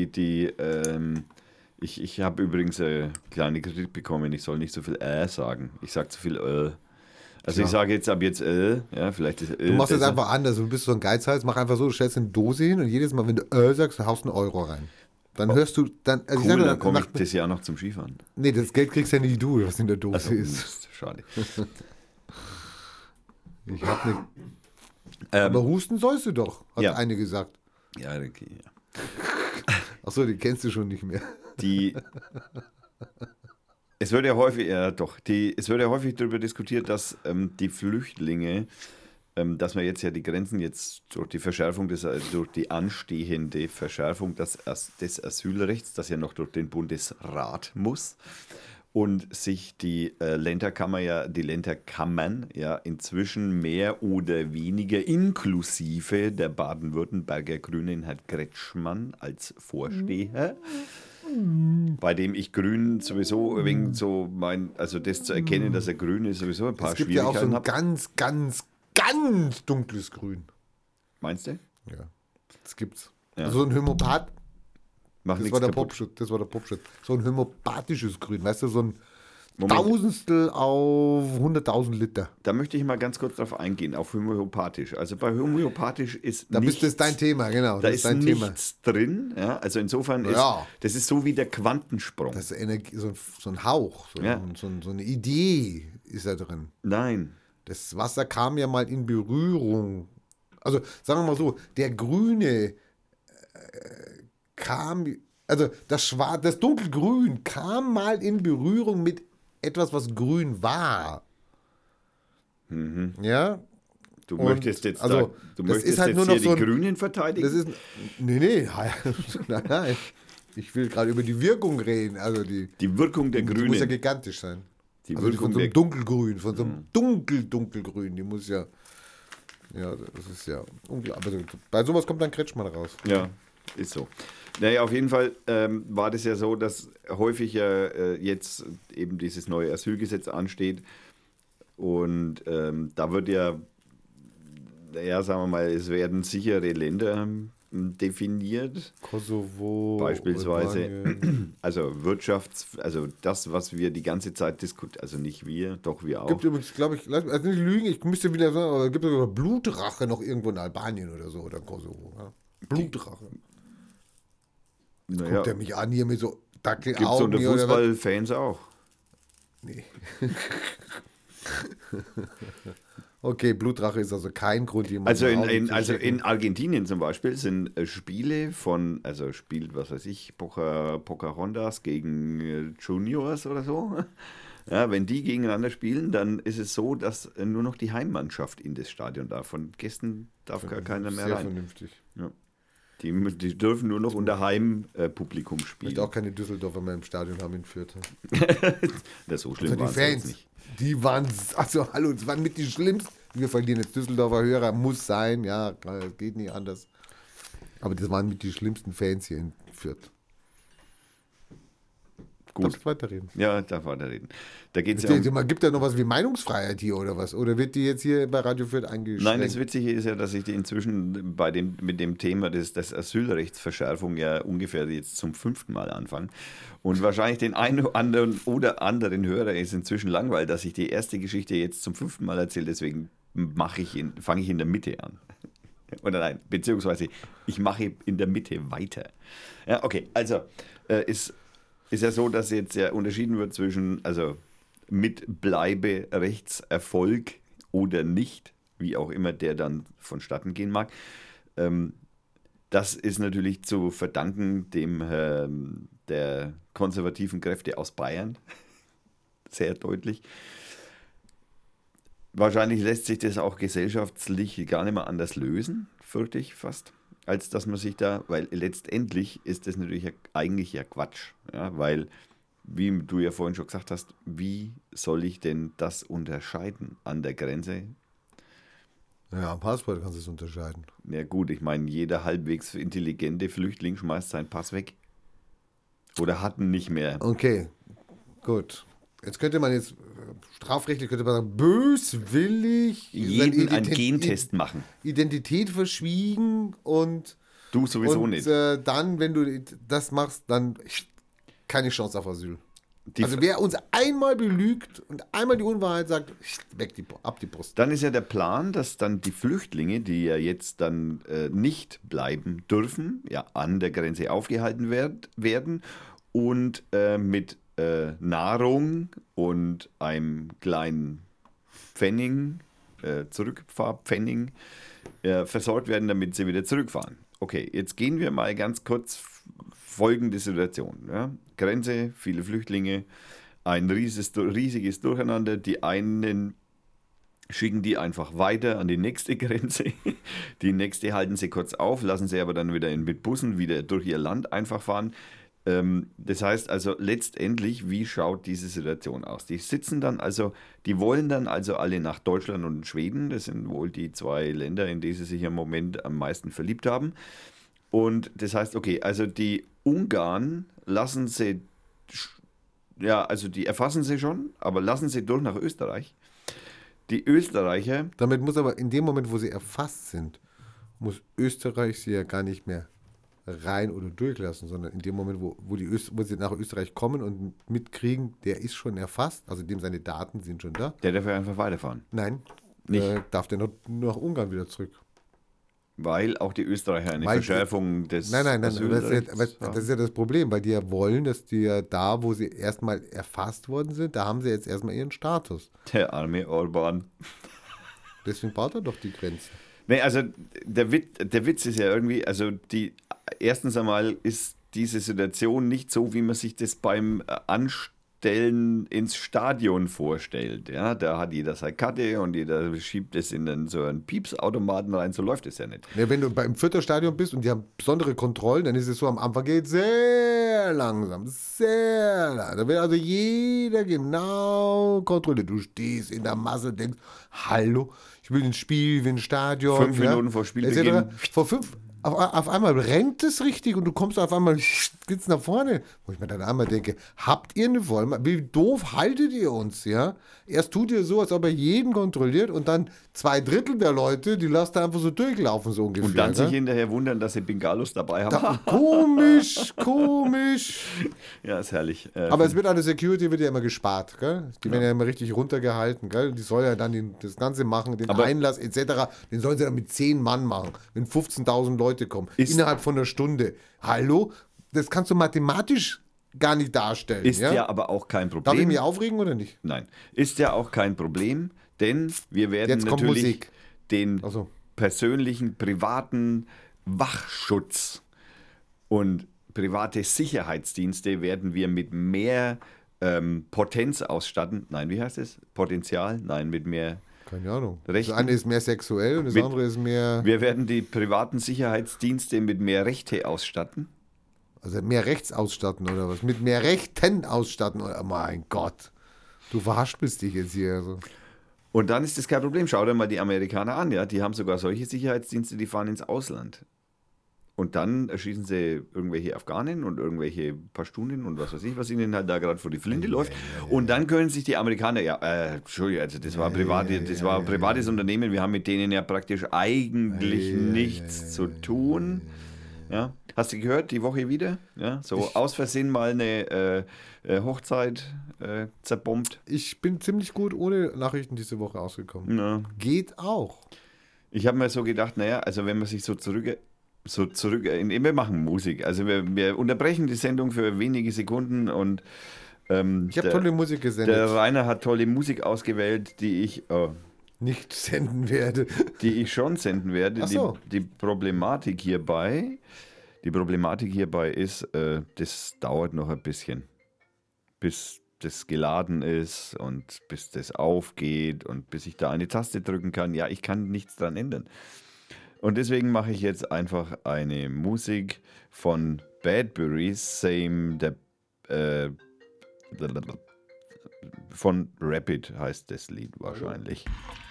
ich habe übrigens eine kleine Kritik bekommen, ich soll nicht so viel sagen. Ich sage zu viel Also ich sage jetzt ab jetzt ja, vielleicht ist Du machst es einfach anders, du bist so ein Geizhals, mach einfach so, du stellst eine Dose hin und jedes Mal, wenn du sagst, du haust einen Euro rein. Dann hörst du, dann... Also cool, dann komme ich das Jahr noch zum Skifahren. Nee, das Geld kriegst ja nicht du, was in der Dose ist. Schade. Ich habe eine... Aber husten sollst du doch, hat eine gesagt. Ja, okay. Ja. Achso, die kennst du schon nicht mehr. Es wird ja häufig darüber diskutiert, dass die Flüchtlinge, dass man jetzt ja die Grenzen jetzt durch die Verschärfung durch die anstehende Verschärfung des Asylrechts, das ja noch durch den Bundesrat muss, und sich die Länderkammern ja inzwischen mehr oder weniger inklusive der Baden-Württemberger Grünen Herr Kretschmann als Vorsteher, bei dem ich Grün sowieso wegen also das zu erkennen, dass er grün ist, sowieso ein paar Schwierigkeiten habe. Es gibt ja auch so ein ganz, ganz, ganz dunkles Grün. Meinst du? Ja, das gibt's. Ja. Also so ein Homöopath. Das war der Popschutz. So ein homöopathisches Grün, weißt du, so ein Tausendstel auf 100.000 Liter. Da möchte ich mal ganz kurz drauf eingehen, auf homöopathisch. Also bei homöopathisch ist das ist dein Thema, genau. Da ist nichts drin. Ja? Also insofern das ist so wie der Quantensprung. Das ist Energie, so ein Hauch, so eine Idee ist da drin. Nein. Das Wasser kam ja mal in Berührung. Also sagen wir mal so, der Grüne das dunkelgrün kam mal in Berührung mit etwas, was grün war. Mhm. Ja? Du möchtest jetzt die Grünen verteidigen? Das ist, nee. Nein. Ich will gerade über die Wirkung reden. Also die Wirkung der Grünen. Die muss ja gigantisch sein. Die Wirkung von so einem dunkelgrün, von so einem dunkelgrün. Die muss ja, das ist ja unglaublich. Also, bei sowas kommt dann Kretschmann raus. Ja, ist so. Naja, auf jeden Fall war das ja so, dass häufig jetzt eben dieses neue Asylgesetz ansteht und da wird sagen wir mal, es werden sichere Länder definiert. Kosovo beispielsweise. Also also das, was wir die ganze Zeit diskutieren, also nicht wir, doch wir auch. Gibt übrigens, glaube ich, also nicht lügen, ich müsste wieder sagen, aber es gibt sogar Blutrache noch irgendwo in Albanien oder so, oder Kosovo. Ja? Blutrache. Guckt er mich an hier mit so Dackelaugen. Gibt es unter Fußballfans auch? Nee. Okay, Blutrache ist also kein Grund, jemanden Also nach Hause zu also schicken. in Argentinien zum Beispiel sind Spiele von, also spielt, was weiß ich, Pocahontas gegen Juniors oder so. Ja, wenn die gegeneinander spielen, dann ist es so, dass nur noch die Heimmannschaft in das Stadion darf. Von Gästen darf gar keiner mehr Sehr rein. vernünftig. Ja. Die dürfen nur noch unter Heimpublikum Ich spielen. möchte auch keine Düsseldorfer mehr im Stadion haben in Fürth. Das so schlimm Also die war es jetzt Fans, nicht. die waren, also hallo, das waren mit die schlimmsten. Wir verlieren jetzt Düsseldorfer Hörer, muss sein, ja, geht nicht anders. Aber das waren mit die schlimmsten Fans hier in Fürth. Gut. Darfst weiterreden. Ja, darf weiterreden. Da geht es ja um. Gibt ja noch was wie Meinungsfreiheit hier oder was? Oder wird die jetzt hier bei Radio Fürth eingeschränkt? Nein, das Witzige ist ja, dass ich die inzwischen mit dem Thema des Asylrechtsverschärfung ja ungefähr jetzt zum 5. Mal anfange. Und wahrscheinlich den einen oder anderen Hörer ist inzwischen langweilig, dass ich die erste Geschichte jetzt zum 5. Mal erzähle. Deswegen fange ich in der Mitte an. Oder nein, beziehungsweise ich mache in der Mitte weiter. Ja, okay, also ist ja so, dass jetzt ja unterschieden wird zwischen, also mit Bleiberechtserfolg oder nicht, wie auch immer der dann vonstatten gehen mag. Das ist natürlich zu verdanken dem der konservativen Kräfte aus Bayern. Sehr deutlich. Wahrscheinlich lässt sich das auch gesellschaftlich gar nicht mehr anders lösen, fürchte ich fast, als dass man sich da, weil letztendlich ist das natürlich eigentlich ja Quatsch, ja, weil, wie du ja vorhin schon gesagt hast, wie soll ich denn das unterscheiden an der Grenze? Ja, am Passport kannst du es unterscheiden. Ja gut, ich meine, jeder halbwegs intelligente Flüchtling schmeißt seinen Pass weg. Oder hat ihn nicht mehr. Okay, gut. Jetzt könnte man strafrechtlich könnte man sagen, böswillig Jeden seine einen Gentest machen. Identität verschwiegen und Du sowieso nicht. Dann, wenn du das machst, dann keine Chance auf Asyl. Die Also wer uns einmal belügt und einmal die Unwahrheit sagt, ab die Brust. Dann ist ja der Plan, dass dann die Flüchtlinge, die ja jetzt dann nicht bleiben dürfen, ja an der Grenze aufgehalten werden und mit Nahrung und einem kleinen Pfennig, Zurückfahrpfennig, versorgt werden, damit sie wieder zurückfahren. Okay, jetzt gehen wir mal ganz kurz folgende Situation. Ja? Grenze, viele Flüchtlinge, ein riesiges Durcheinander. Die einen schicken die einfach weiter an die nächste Grenze. Die nächste halten sie kurz auf, lassen sie aber dann wieder mit Bussen wieder durch ihr Land einfach fahren. Das heißt also letztendlich, wie schaut diese Situation aus? Die wollen dann also alle nach Deutschland und Schweden. Das sind wohl die 2 Länder, in die sie sich im Moment am meisten verliebt haben. Und das heißt, okay, also die Ungarn lassen sie, ja, also die erfassen sie schon, aber lassen sie durch nach Österreich. Die Österreicher. Damit muss aber in dem Moment, wo sie erfasst sind, muss Österreich sie ja gar nicht mehr rein oder durchlassen, sondern in dem Moment, wo sie nach Österreich kommen und mitkriegen, der ist schon erfasst, also dem seine Daten sind schon da. Der darf ja einfach weiterfahren. Nein, Nicht. Darf der noch nach Ungarn wieder zurück. Weil auch die Österreicher eine Verschärfung des Nein, Asylrechts das ist ja das Problem, weil die ja wollen, dass die ja da, wo sie erstmal erfasst worden sind, da haben sie jetzt erstmal ihren Status. Der arme Orban. Deswegen baut er doch die Grenze. Nee, also der Witz ist ja irgendwie, also erstens einmal ist diese Situation nicht so, wie man sich das beim Anstellen ins Stadion vorstellt. Ja, da hat jeder seine Karte und jeder schiebt es in so einen Piepsautomaten rein, so läuft es ja nicht. Ja, wenn du beim Fürther Stadion bist und die haben besondere Kontrollen, dann ist es so, am Anfang geht sehr langsam, sehr langsam. Da wird also jeder genau kontrolliert. Du stehst in der Masse und denkst, hallo, ich will ein Spiel, ich will ein Stadion. 5 Minuten vor Spielbeginn. Auf einmal rennt es richtig und du kommst auf einmal geht's nach vorne. Wo ich mir dann einmal denke, habt ihr eine Vollmacht? Wie doof haltet ihr uns, ja? Erst tut ihr so, als ob ihr jeden kontrolliert und dann 2/3 der Leute, die lasst ihr einfach so durchlaufen, so ungefähr. Und dann ne? sich hinterher wundern, dass sie Bengalos dabei haben. Komisch. Ja, ist herrlich. Aber es wird an der Security wird ja immer gespart, gell? Die werden ja immer richtig runtergehalten, gell? Die soll ja dann das Ganze machen, den Einlass etc., den sollen sie dann mit 10 Mann machen, wenn 15.000 Leute kommen, innerhalb von einer Stunde. Hallo? Das kannst du mathematisch gar nicht darstellen. Ist ja aber auch kein Problem. Darf ich mich aufregen oder nicht? Nein, ist ja auch kein Problem, Denn wir werden Jetzt kommt natürlich Musik. den Ach so. persönlichen, privaten Wachschutz und private Sicherheitsdienste werden wir mit mehr Potenz ausstatten. Nein, wie heißt es? Potenzial? Nein, mit mehr Keine Ahnung. Rechten. Das eine ist mehr sexuell und das Mit- andere ist mehr, Wir werden die privaten Sicherheitsdienste mit mehr Rechte ausstatten. also mehr rechts ausstatten oder was? Mit mehr Rechten ausstatten oder, mein Gott. Du verhaspelst dich jetzt hier. Also. Und dann ist das kein Problem. Schau dir mal die Amerikaner an. Ja? Die haben sogar solche Sicherheitsdienste, die fahren ins Ausland. Und dann erschießen sie irgendwelche Afghanen und irgendwelche Pashtunen und was weiß ich, was ihnen halt da gerade vor die Flinte läuft. Und dann können sich die Amerikaner, Entschuldigung, also das war ein privates Unternehmen, wir haben mit denen ja praktisch eigentlich nichts zu tun. Ja. Hast du gehört, die Woche wieder? Ja, so aus Versehen mal eine Hochzeit zerbombt. Ich bin ziemlich gut ohne Nachrichten diese Woche ausgekommen. Ja. Geht auch. Ich habe mir so gedacht, naja, also wenn man sich so zurück wir machen Musik, also wir unterbrechen die Sendung für wenige Sekunden und Ich habe tolle Musik gesendet. der Rainer hat tolle Musik ausgewählt, die ich Nicht senden werde. schon senden werde. Ach so. Die Problematik hierbei ist, das dauert noch ein bisschen, bis das geladen ist und bis das aufgeht und bis ich da eine Taste drücken kann. Ja, ich kann nichts dran ändern. Und deswegen mache ich jetzt einfach eine Musik von Badbury, von Rapid heißt das Lied wahrscheinlich.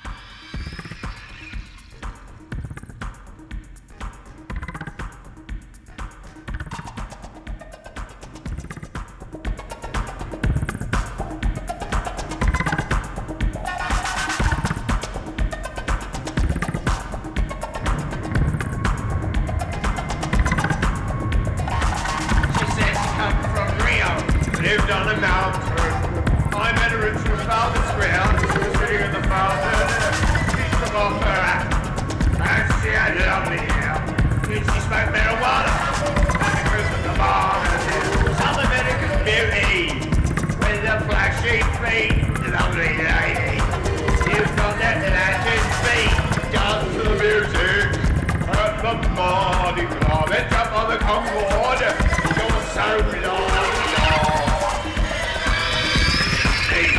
She said she come from Rio, lived on a mountain. I met her in Trafalgar Square. She was sitting in the fountain. She took off her hat, and she had lovely hair. And she smoked marijuana, and the cruise at the bar. Some American beauty, with a flashy feet, lovely lady. You've got that Latin beat, dance to the music. At the Mardi Gras, then jump on the Concorde. You're so long. See.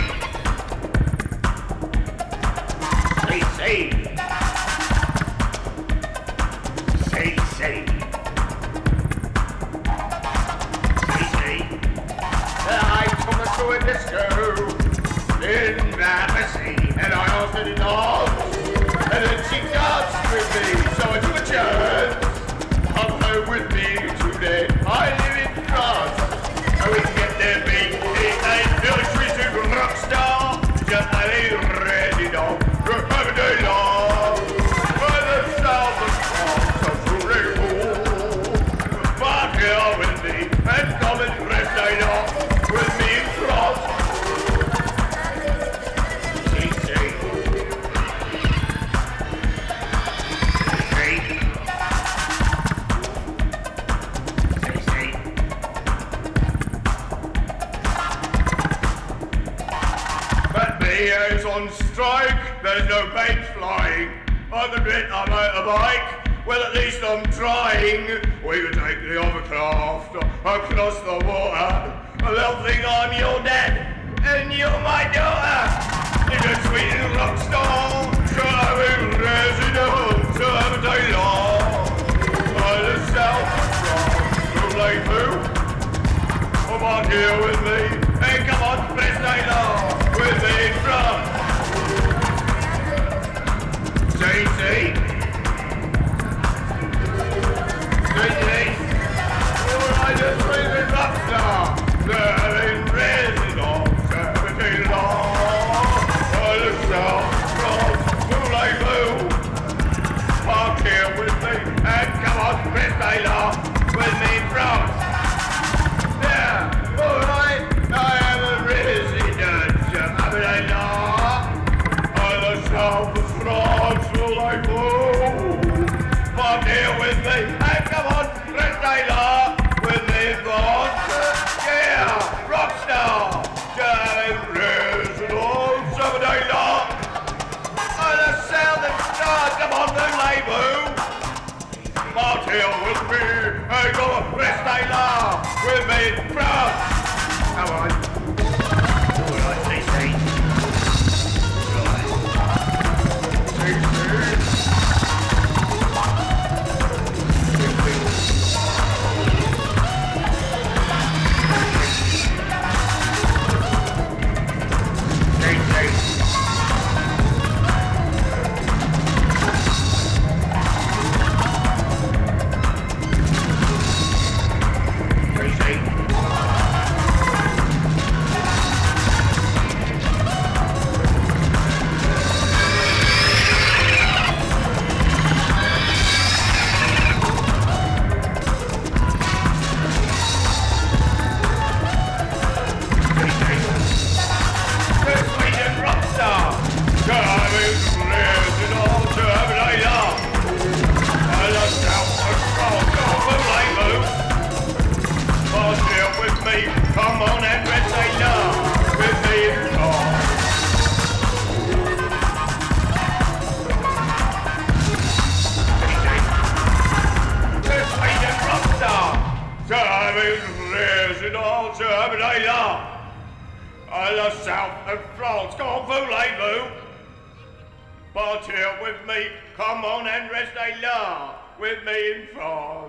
I took her to a disco in Battersea, and I asked her to dance, and then she danced with me. So I took a chance. Come home with me today. I live in France, and we can get there, baby. A military super rock star, just a resident, have a day long. By the south of France, so truly cool. Fuck here with me, and come and rest I know with me in France. See. But BA's on strike, there's no planes flying. I can rent a motorbike, well at least I'm trying. We could take the hovercraft across the water. They'll think I'm your dad, and you're my daughter. You're a sweet little rock star, so I'm a resident, so have a day long. By the south of France, you'll lay through. Come on here with me, hey come on, press night long, with me in France. See. Alright, just bring it up now. They're in residence, everything long. By the south of France, you'll lay through. Park here with me, and come on, press night long, with me in France. Yeah, alright, I am a resident, everything long. By the south of France, will I go? Park here with me, and come on, press Taylor, with me in France. Yeah, rockstar, Jam residence, everything long. with me in France. Come on. All right, TC. Right. Come on and rest a love with me in France. Sweden rockstar, driving resident to have a love. I love south of France, come on, voulez-vous? But here with me, come on and rest a love with me in France.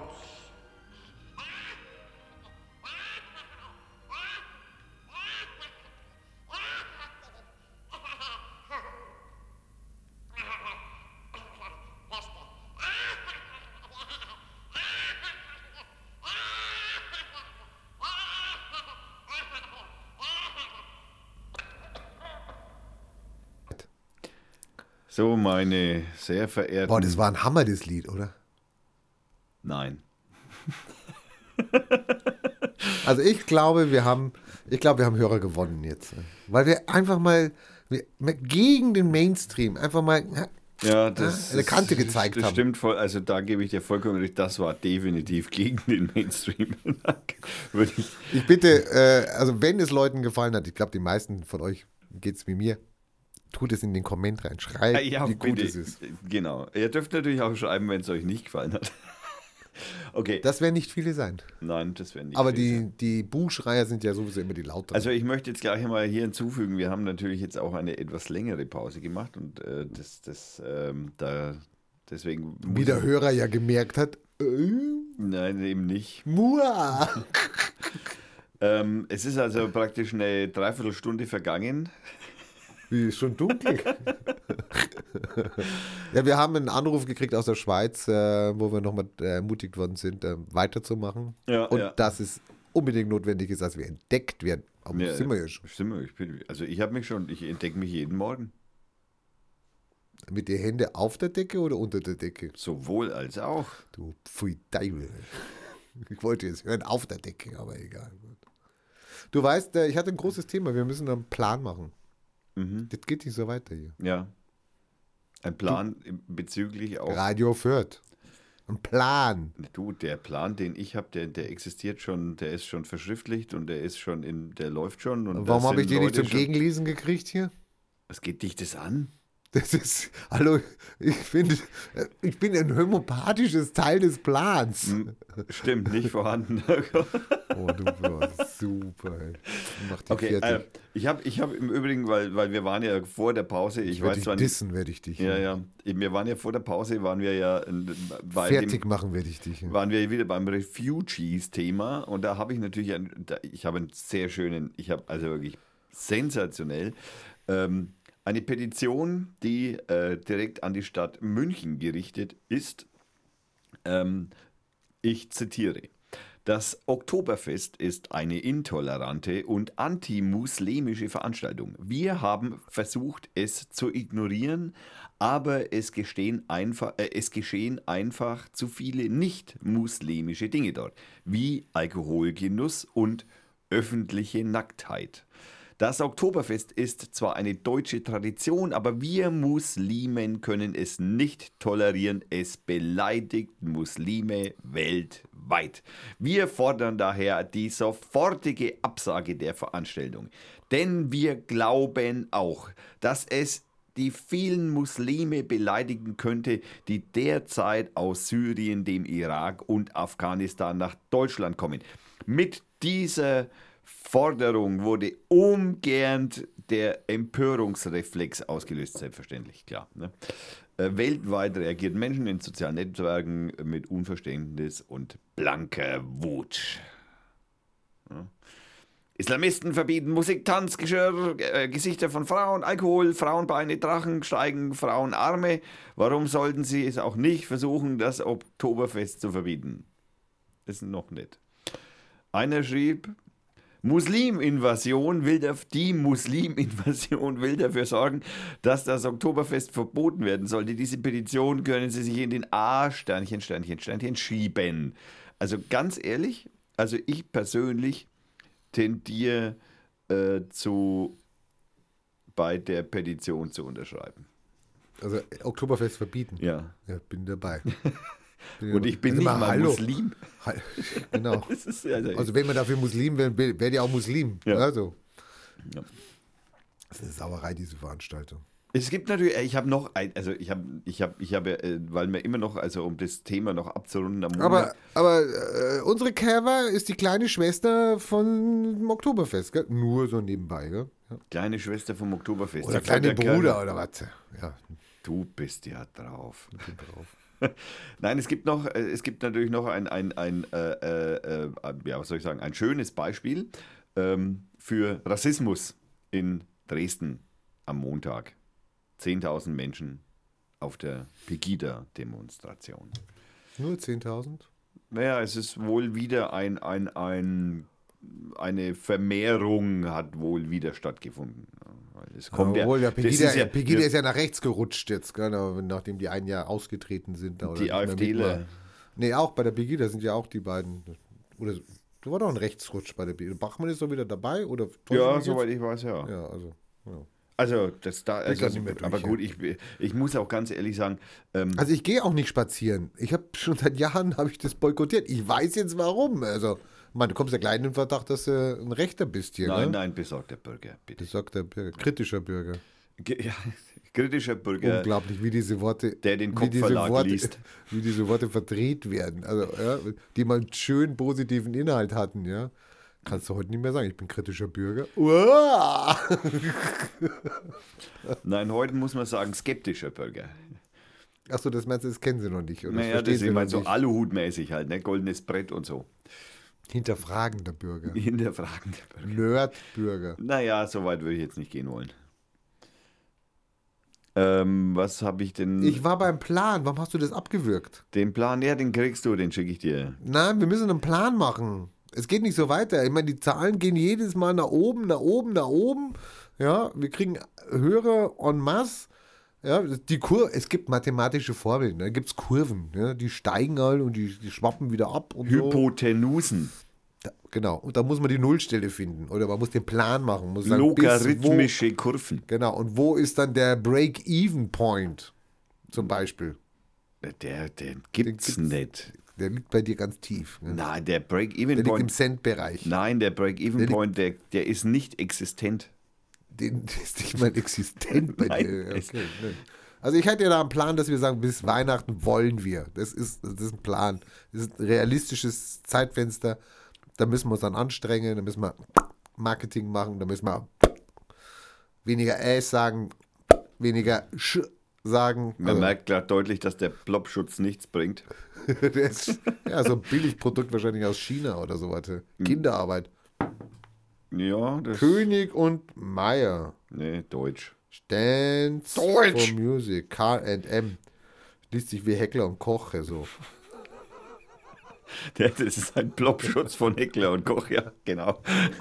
So, meine sehr verehrten... Boah, das war ein Hammer, das Lied, oder? Nein. Also ich glaube, wir haben Hörer gewonnen jetzt. Weil wir einfach mal gegen den Mainstream einfach mal eine Kante gezeigt das haben. Stimmt voll, also da gebe ich dir vollkommen recht, das war definitiv gegen den Mainstream. Ich bitte, also wenn es Leuten gefallen hat, ich glaube, die meisten von euch geht es wie mir, tut es in den Kommentar rein, schreibt, wie gut es ist. Genau, ihr dürft natürlich auch schreiben, wenn es euch nicht gefallen hat. Okay. Das werden nicht viele sein. Nein, das werden nicht Aber viele sein. die Buchschreier sind ja sowieso immer die lauteren. Also ich möchte jetzt gleich mal hier hinzufügen, wir haben natürlich jetzt auch eine etwas längere Pause gemacht und deswegen... Wie der Hörer ja gemerkt hat, Nein, eben nicht. Mua! Es ist also praktisch eine Dreiviertelstunde vergangen. Wie ist schon dunkel. Ja, wir haben einen Anruf gekriegt aus der Schweiz, wo wir nochmal ermutigt worden sind, weiterzumachen. Ja, und ja. dass es unbedingt notwendig ist, dass wir entdeckt werden. Aber das sind wir ja schon. Ich entdecke mich jeden Morgen. Mit den Händen auf der Decke oder unter der Decke? Sowohl als auch. Du Pfui Teufel. Ich wollte jetzt hören, auf der Decke, aber egal. Du weißt, ich hatte ein großes Thema, wir müssen einen Plan machen. Das geht nicht so weiter hier. Ja. Ein Plan bezüglich auch. Radio Fürth. Ein Plan. Du, der Plan, den ich habe, der existiert schon, der ist schon verschriftlicht und der läuft schon. Und warum habe ich den nicht zum schon, Gegenlesen gekriegt hier? Was geht dich das an? Das ist, hallo, ich bin ein homöopathisches Teil des Plans. Stimmt, nicht vorhanden. Oh, du warst super. Mach die Okay, fertig. ich hab im Übrigen, weil wir waren ja vor der Pause, ich weiß zwar nicht. Dissen werde ich dich. Ja. Wir waren ja vor der Pause, waren wir machen werde ich dich. Waren wir wieder beim Refugees-Thema und da habe ich natürlich also wirklich sensationell, eine Petition, die direkt an die Stadt München gerichtet ist. Ich zitiere. Das Oktoberfest ist eine intolerante und antimuslimische Veranstaltung. Wir haben versucht, es zu ignorieren, aber es geschehen einfach zu viele nicht-muslimische Dinge dort, wie Alkoholgenuss und öffentliche Nacktheit. Das Oktoberfest ist zwar eine deutsche Tradition, aber wir Muslimen können es nicht tolerieren. Es beleidigt Muslime weltweit. Wir fordern daher die sofortige Absage der Veranstaltung. Denn wir glauben auch, dass es die vielen Muslime beleidigen könnte, die derzeit aus Syrien, dem Irak und Afghanistan nach Deutschland kommen. Mit dieser Forderung wurde umgehend der Empörungsreflex ausgelöst, selbstverständlich, klar. Ne? Weltweit reagierten Menschen in sozialen Netzwerken mit Unverständnis und blanker Wut. Ja. Islamisten verbieten Musik, Tanz, Geschirr, Gesichter von Frauen, Alkohol, Frauenbeine, Drachen, Steigen, Frauenarme. Warum sollten sie es auch nicht versuchen, das Oktoberfest zu verbieten? Das ist noch nicht. Einer schrieb, die Musliminvasion will dafür sorgen, dass das Oktoberfest verboten werden sollte. Diese Petition können Sie sich in den Sternchen schieben. Also ganz ehrlich, also ich persönlich tendiere bei der Petition zu unterschreiben. Also Oktoberfest verbieten. Ja. Ja, bin dabei. Und ich bin nicht mal Muslim. Genau. Also wenn man dafür Muslim wäre, wäre der auch Muslim. Ja. Also. Ja. Das ist eine Sauerei, diese Veranstaltung. Es gibt natürlich, ich habe noch weil wir immer noch, also um das Thema noch abzurunden am Montag. Aber unsere Keva ist die kleine Schwester von Oktoberfest, gell? Nur so nebenbei, gell? Ja. Kleine Schwester vom Oktoberfest. Oder kleine Bruder oder was? Ja. Du bist ja drauf. Nein, es gibt natürlich noch ein schönes Beispiel für Rassismus in Dresden am Montag. 10.000 Menschen auf der Pegida-Demonstration. Nur 10.000? Naja, es ist wohl wieder eine Vermehrung hat wohl wieder stattgefunden. Es kommt Pegida ist ja nach rechts gerutscht jetzt, gell, nachdem die ein Jahr ausgetreten sind. Oder die AfDler. Nee, auch bei der Pegida sind ja auch die beiden. Oder da war doch ein Rechtsrutsch bei der Pegida. Bachmann ist doch wieder dabei? Oder ja, soweit ich weiß, ja. Ja, also. Ja. Also, aber gut, ich muss auch ganz ehrlich sagen. Also, ich gehe auch nicht spazieren. Ich habe schon seit Jahren das boykottiert. Ich weiß jetzt warum. Also, du kommst ja gleich in den Verdacht, dass du ein Rechter bist hier. Nein, besorgter Bürger, bitte. Besorgter Bürger, kritischer Bürger. Ja, kritischer Bürger. Unglaublich, wie diese Worte. Der den Kopfverlag liest. Wie diese Worte verdreht werden. Also, ja, die mal einen schön positiven Inhalt hatten, ja. Kannst du heute nicht mehr sagen, ich bin kritischer Bürger. Uah! Nein, heute muss man sagen, skeptischer Bürger. Achso, das meinst du, das kennen sie noch nicht. Oder naja, das ist immer so Aluhutmäßig halt, ne? Goldenes Brett und so. Hinterfragender Bürger. Hinterfragender Bürger. Nerd-Bürger. Naja, so weit würde ich jetzt nicht gehen wollen. Was habe ich denn? Ich war beim Plan. Warum hast du das abgewürgt? Den Plan, ja, den kriegst du, den schicke ich dir. Nein, wir müssen einen Plan machen. Es geht nicht so weiter. Ich meine, die Zahlen gehen jedes Mal nach oben. Ja, wir kriegen Hörer en masse. Ja, es gibt mathematische Formeln, da gibt es Kurven, ja, die steigen halt und die schwappen wieder ab. Und Hypotenusen. So. Genau, und da muss man die Nullstelle finden oder man muss den Plan machen. Muss sagen, logarithmische Kurven. Genau, und wo ist dann der Break-Even-Point zum Beispiel? Der gibt's nicht. Der liegt bei dir ganz tief. Ne? Nein, der Break-Even-Point. Der liegt im Cent-Bereich. Nein, der Break-Even-Point, der ist nicht existent. Der ist nicht mal existent bei Nein, dir. Okay, ne. Also ich hätte ja da einen Plan, dass wir sagen, bis Weihnachten wollen wir. Das ist ein Plan. Das ist ein realistisches Zeitfenster. Da müssen wir uns dann anstrengen, da müssen wir Marketing machen, da müssen wir weniger sagen, weniger sagen. Man merkt gerade deutlich, dass der Plopschutz nichts bringt. Das ist ja so ein Billigprodukt wahrscheinlich aus China oder so weiter. Kinderarbeit. Ja, das König und Meier. Nee, Deutsch. Dance Deutsch. for Music. K&M. Liest sich wie Heckler und Koch. So. Das ist ein Plopschutz von Heckler und Koch, ja, genau.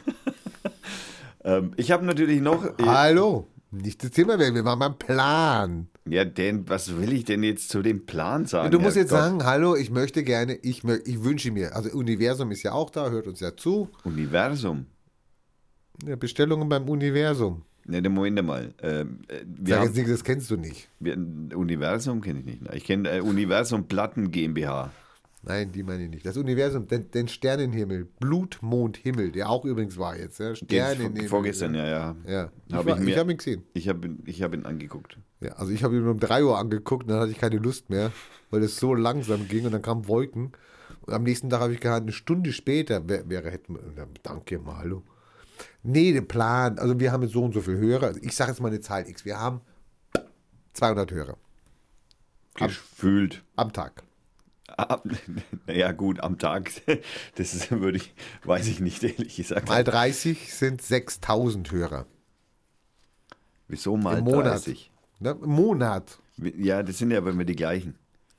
Ich habe natürlich noch... Hallo, nicht das Thema werden, wir machen mal einen Plan. Ja, was will ich denn jetzt zu dem Plan sagen? Du musst jetzt sagen, hallo, ich möchte gerne, ich wünsche mir, also Universum ist ja auch da, hört uns ja zu. Universum? Ja, Bestellungen beim Universum. Ne, Moment mal. Sag jetzt nicht, das kennst du nicht. Universum kenne ich nicht. Ich kenne Universum Platten GmbH. Nein, die meine ich nicht. Das Universum, den Sternenhimmel, Blutmondhimmel, der auch übrigens war jetzt. Ja? Sternenhimmel. Vorgestern, ja. Ich habe ihn gesehen. Ich hab ihn angeguckt. Ja, also ich habe ihn um 3 Uhr angeguckt und dann hatte ich keine Lust mehr, weil es so langsam ging und dann kamen Wolken Und am nächsten Tag habe ich gehabt, eine Stunde später hätten wir, danke mal, hallo. Nee, der Plan, also wir haben jetzt so und so viele Hörer. Also ich sage jetzt mal eine Zahl X. Wir haben 200 Hörer Gefühlt. am Tag. Naja, gut, am Tag, das weiß ich nicht, ehrlich gesagt. Mal 30 sind 6000 Hörer. Wieso mal Im Monat. 30? Ne? Im Monat. Ja, das sind ja aber immer die gleichen.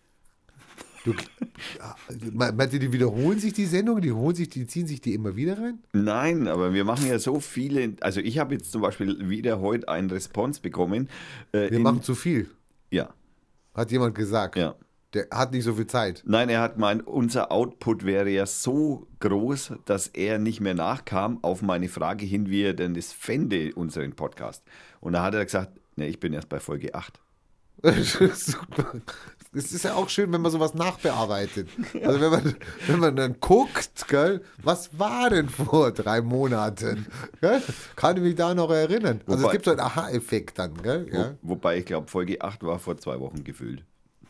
Meinst du, die wiederholen sich die Sendungen? Die ziehen sich die immer wieder rein? Nein, aber wir machen ja so viele. Also ich habe jetzt zum Beispiel wieder heute einen Response bekommen. Wir machen zu viel, Ja, hat jemand gesagt. ja. Der hat nicht so viel Zeit. Nein, er hat gemeint, unser Output wäre ja so groß, dass er nicht mehr nachkam auf meine Frage hin, wie er denn das fände, unseren Podcast. Und da hat er gesagt, ne, ich bin erst bei Folge 8. Super. Es ist ja auch schön, wenn man sowas nachbearbeitet. Also wenn man dann guckt, gell, was war denn vor 3 Monaten? Gell? Kann ich mich da noch erinnern? Also es gibt so einen Aha-Effekt dann. Gell? Ja? Wobei ich glaube, Folge 8 war vor 2 Wochen gefühlt.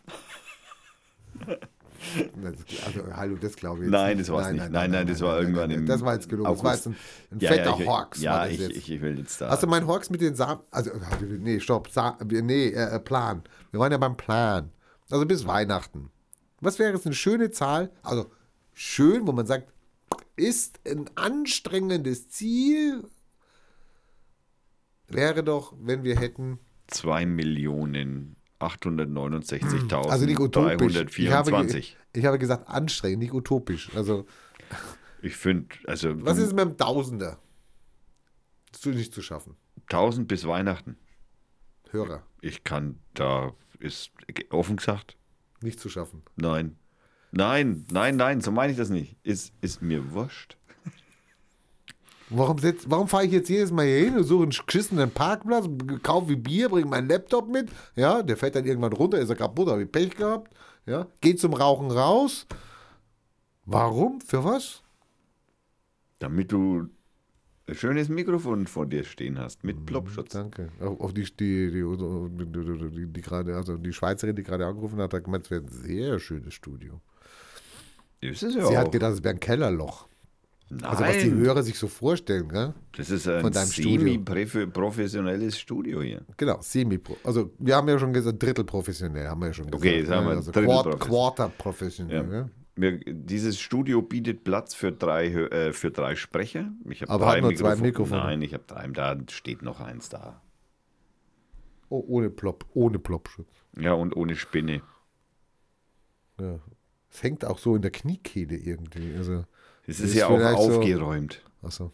Also hallo, das glaube ich jetzt Nein, nicht. das war es nicht. Nein, das war irgendwann im Das war jetzt gelogen. Das war jetzt ein Ja, fetter ja, Hawks. Ja, war das jetzt. ich will jetzt da. Hast du meinen Hawks mit den Samen? Also, nee, stopp. Plan. Wir waren ja beim Plan. Also bis Weihnachten. Was wäre jetzt eine schöne Zahl? Also schön, wo man sagt, ist ein anstrengendes Ziel. Wäre doch, wenn wir hätten. 2.869.324. Also nicht utopisch. Ich habe gesagt anstrengend, nicht utopisch. Also. Ich finde, also. Was ist mit dem Tausender? Das ist nicht zu schaffen. 1000 bis Weihnachten. Hörer. Ich kann da, ist offen gesagt, Nicht zu schaffen. nein, so meine ich das nicht. Ist mir wurscht. Warum fahre ich jetzt jedes Mal hier hin und suche einen geschissenen Parkplatz, kaufe Bier, bringe meinen Laptop mit, ja, der fällt dann irgendwann runter, ist er kaputt, habe ich Pech gehabt, ja, geht zum Rauchen raus. Warum? Für was? Damit du ein schönes Mikrofon vor dir stehen hast, mit Plopschutz. Danke. Auf die gerade, also die Schweizerin, die gerade angerufen hat, hat gemeint, es wäre ein sehr schönes Studio. Das ist ja Sie auch. hat gedacht, es wäre ein Kellerloch. Nein, Also was die Hörer sich so vorstellen, gell? das ist ein von deinem Studio. semi-professionelles Studio hier. Genau, semi-pro. Also wir haben ja schon gesagt, Drittel professionell, haben wir ja schon gesagt. Okay, jetzt haben wir also Drittel professionell. Quarter professionell. Ja. Ja. Dieses Studio bietet Platz für drei Sprecher. Ich habe Aber hat nur 2 Mikrofone. Nein, ich habe 3. Da steht noch eins da. Oh, ohne Plopschutz. Ja, und ohne Spinne. Ja. Es hängt auch so in der Kniekehle irgendwie. Also, Es ist ja auch vielleicht so- aufgeräumt. Achso.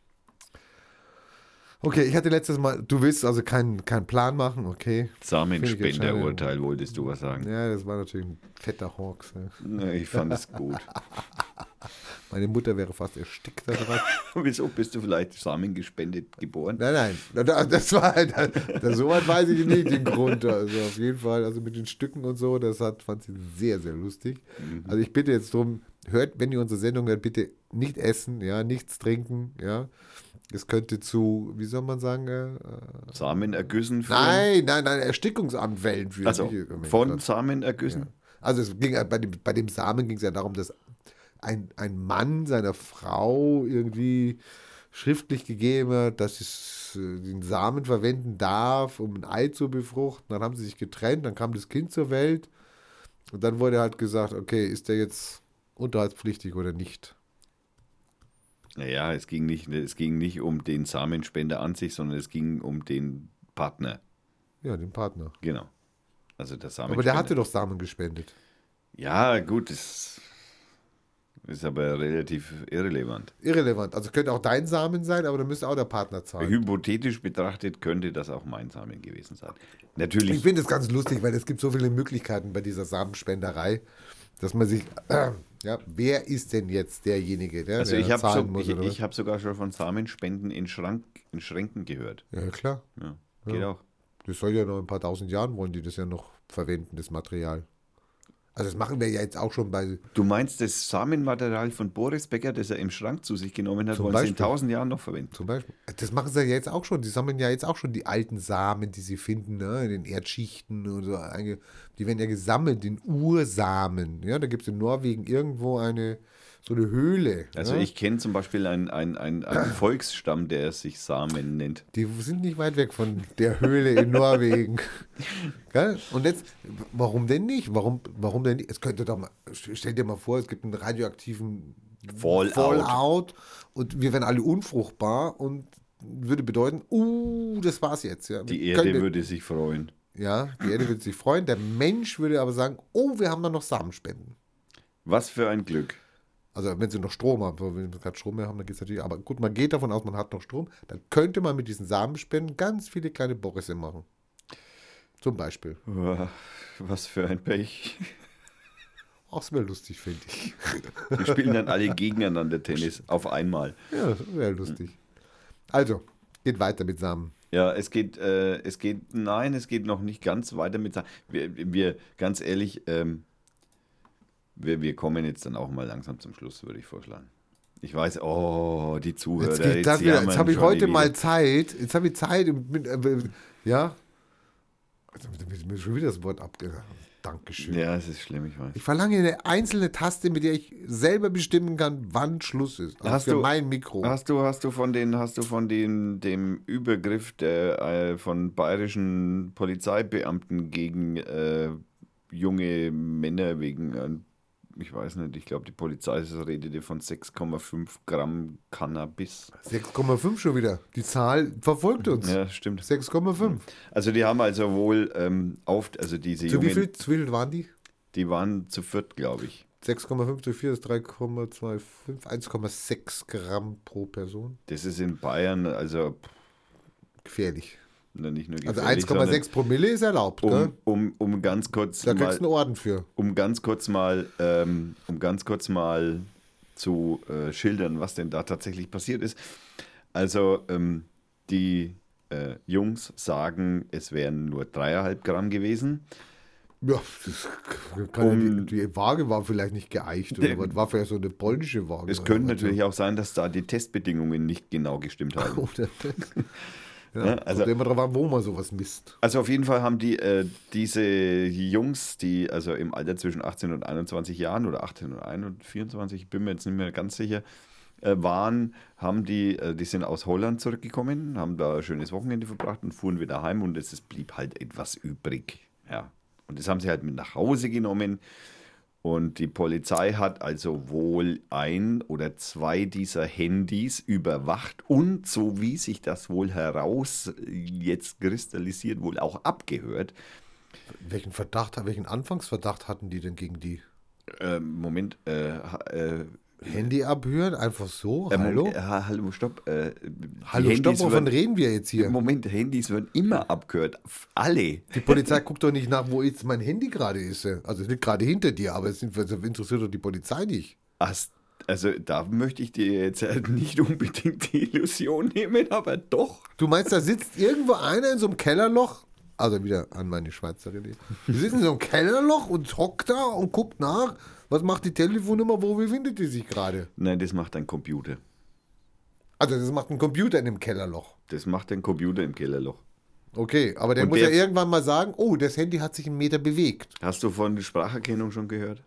Okay, ich hatte letztes Mal, du willst also keinen Plan machen, okay. Samenspenderurteil, wolltest du was sagen? Ja, das war natürlich ein fetter Hawks. Ja. Nee, ich fand es gut. Meine Mutter wäre fast erstickt daran. Wieso bist du vielleicht samengespendet geboren? Nein, das war halt, soweit weiß ich nicht den Grund. Also auf jeden Fall, also mit den Stücken und so, fand sie sehr, sehr lustig. Also ich bitte jetzt drum, hört, wenn ihr unsere Sendung hört, bitte nicht essen, ja, nichts trinken, ja. Es könnte zu, wie soll man sagen? Samenergüssen führen? Nein, Erstickungsanfällen führen. Also Nicht- oh mein von Gott. Samenergüssen? Ja. Also es ging bei dem Samen ging es ja darum, dass ein Mann seiner Frau irgendwie schriftlich gegeben hat, dass es den Samen verwenden darf, um ein Ei zu befruchten. Dann haben sie sich getrennt, dann kam das Kind zur Welt und dann wurde halt gesagt, okay, ist der jetzt unterhaltspflichtig oder nicht? Naja, es ging nicht um den Samenspender an sich, sondern es ging um den Partner. Ja, den Partner. Genau. Also der Samenspender. Aber der hatte doch Samen gespendet. Ja, gut, das ist aber relativ irrelevant. Irrelevant. Also könnte auch dein Samen sein, aber dann müsste auch der Partner zahlen. Hypothetisch betrachtet könnte das auch mein Samen gewesen sein. Ich Natürlich. finde es ganz lustig, weil es gibt so viele Möglichkeiten bei dieser Samenspenderei, dass man sich, ja, wer ist denn jetzt derjenige, der Also ich zahlen muss? oder was? habe sogar schon von Samenspenden in Schränken gehört. Ja, klar. Ja, geht auch. Das soll ja noch in ein paar tausend Jahren wollen die das ja noch verwenden, das Material. Also das machen wir ja jetzt auch schon bei... Du meinst das Samenmaterial von Boris Becker, das er im Schrank zu sich genommen hat, Zum wollen sie in Beispiel. 1000 Jahren noch verwenden? Zum Beispiel. Das machen sie ja jetzt auch schon. Die sammeln ja jetzt auch schon die alten Samen, die sie finden, ne, in den Erdschichten und so. Die werden ja gesammelt, den Ursamen. Ja, da gibt es in Norwegen irgendwo so eine Höhle. Also ja? ich kenne zum Beispiel einen Volksstamm, der sich Samen nennt. Die sind nicht weit weg von der Höhle in Norwegen. Gell? Und jetzt, warum denn nicht? Warum denn nicht? Es könnte doch mal, stell dir mal vor, es gibt einen radioaktiven Fallout und wir wären alle unfruchtbar und würde bedeuten, das war's jetzt. Ja. Die Erde würde sich freuen. Ja, die Erde würde sich freuen. Der Mensch würde aber sagen, wir haben da noch Samenspenden. Was für ein Glück. Also wenn sie noch Strom haben, wenn wir gerade Strom mehr haben, dann geht es natürlich. Aber gut, man geht davon aus, man hat noch Strom. Dann könnte man mit diesen Samenspenden ganz viele kleine Borisse machen. Zum Beispiel. Was für ein Pech. Auch das wäre lustig, finde ich. Die spielen dann alle gegeneinander Tennis auf einmal. Ja, das wäre lustig. Also, geht weiter mit Samen. Ja, es geht noch nicht ganz weiter mit Samen. Wir ganz ehrlich, wir kommen jetzt dann auch mal langsam zum Schluss, würde ich vorschlagen. Ich weiß, die Zuhörer. Jetzt habe ich heute mal Zeit. Jetzt habe ich Zeit. Ja. Jetzt mir schon wieder das Wort abgehört. Dankeschön. Ja, es ist schlimm, ich weiß. Ich verlange eine einzelne Taste, mit der ich selber bestimmen kann, wann Schluss ist. Also für mein Mikro. Hast du von dem Übergriff von bayerischen Polizeibeamten gegen junge Männer wegen, ich weiß nicht, ich glaube die Polizei redete von 6,5 Gramm Cannabis. 6,5 schon wieder. Die Zahl verfolgt uns. Ja, stimmt. 6,5. Also die haben also wohl diese Zu Jungen... zu wie viel waren die? Die waren zu viert, glaube ich. 6,5 zu 4 ist 3,25, 1,6 Gramm pro Person. Das ist in Bayern, also... Gefährlich. Nicht nur Also gefährlich, 1,6 Promille ist erlaubt, gell? Um ganz kurz Da kriegst du einen Orden für. Um ganz kurz mal zu schildern, was denn da tatsächlich passiert ist. Also die Jungs sagen, es wären nur 3,5 Gramm gewesen. Ja, die Waage war vielleicht nicht geeicht oder was, war vielleicht so eine polnische Waage. Es könnte natürlich auch sein, dass da die Testbedingungen nicht genau gestimmt haben. Ja, also immer drauf an, wo man sowas misst. Also auf jeden Fall haben diese Jungs, die also im Alter zwischen 18 und 21 Jahren oder 18 und 24, ich bin mir jetzt nicht mehr ganz sicher, die sind aus Holland zurückgekommen, haben da ein schönes Wochenende verbracht und fuhren wieder heim und es blieb halt etwas übrig. Ja. Und das haben sie halt mit nach Hause genommen. Und die Polizei hat also wohl 1 oder 2 dieser Handys überwacht und, so wie sich das wohl heraus jetzt kristallisiert, wohl auch abgehört. Welchen Anfangsverdacht hatten die denn gegen die? Moment, Handy abhören? Einfach so? Hallo? Hallo, stopp. Hallo, stopp, wovon reden wir jetzt hier? Moment, Handys werden immer abgehört. Alle. Die Polizei guckt doch nicht nach, wo jetzt mein Handy gerade ist. Also es liegt gerade hinter dir, aber es interessiert doch die Polizei nicht. Also da möchte ich dir jetzt nicht unbedingt die Illusion nehmen, aber doch. Du meinst, da sitzt irgendwo einer in so einem Kellerloch? Also wieder an meine Schweizerin. Die sitzt in so einem Kellerloch und hockt da und guckt nach. Was macht die Telefonnummer? Wo befindet die sich gerade? Nein, das macht ein Computer. Also das macht ein Computer in dem Kellerloch. Das macht ein Computer im Kellerloch. Okay, aber der muss ja irgendwann mal sagen, das Handy hat sich 1 Meter bewegt. Hast du von der Spracherkennung schon gehört?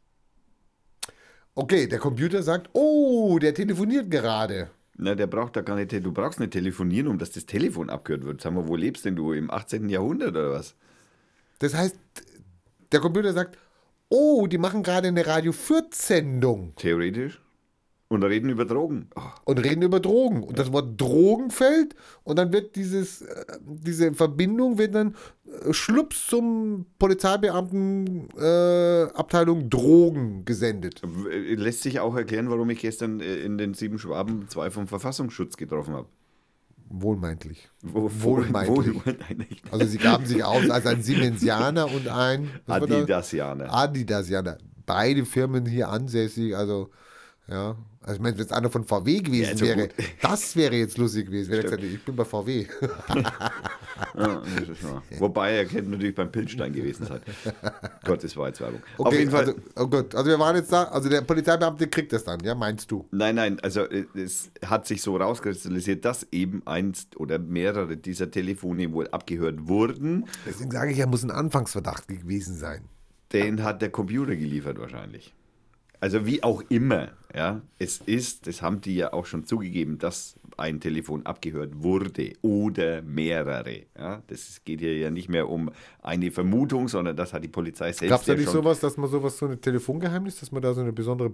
Okay, der Computer sagt, der telefoniert gerade. Na, der braucht da gar nicht, du brauchst nicht telefonieren, um dass das Telefon abgehört wird. Sag mal, wo lebst denn du? Im 18. Jahrhundert oder was? Das heißt, der Computer sagt, die machen gerade eine Radio-Fürth-Sendung. Theoretisch. Und reden über Drogen. Und reden über Drogen. Und das Wort Drogen fällt und dann wird diese Verbindung wird dann schlups zum Polizeibeamten Abteilung Drogen gesendet. Lässt sich auch erklären, warum ich gestern in den 7 Schwaben 2 vom Verfassungsschutz getroffen habe. Wohlmeintlich. Wohlmeintlich. Also sie gaben sich aus als ein Siemensianer und ein Adidasianer. Adidasianer. Beide Firmen hier ansässig, also Ja, also ich meine, wenn es einer von VW gewesen also wäre, gut. das wäre jetzt lustig gewesen. Wenn er gesagt hätte, ich bin bei VW. Ja, das ist wahr. Wobei er könnte natürlich beim Pilzstein gewesen sein. Gott, das war jetzt Werbung. Okay, Auf jeden Fall. also, oh Gott, also wir waren jetzt da, also der Polizeibeamte kriegt das dann, ja, meinst du? Nein, also es hat sich so rauskristallisiert, dass eben eins oder mehrere dieser Telefone wohl abgehört wurden. Deswegen sage ich, er muss ein Anfangsverdacht gewesen sein. Den hat der Computer geliefert wahrscheinlich. Also wie auch immer, ja, das haben die ja auch schon zugegeben, dass ein Telefon abgehört wurde oder mehrere. Ja, das geht hier ja nicht mehr um eine Vermutung, sondern das hat die Polizei selbst Gab es da ja nicht schon. sowas, dass man so ein Telefongeheimnis, dass man da so eine besondere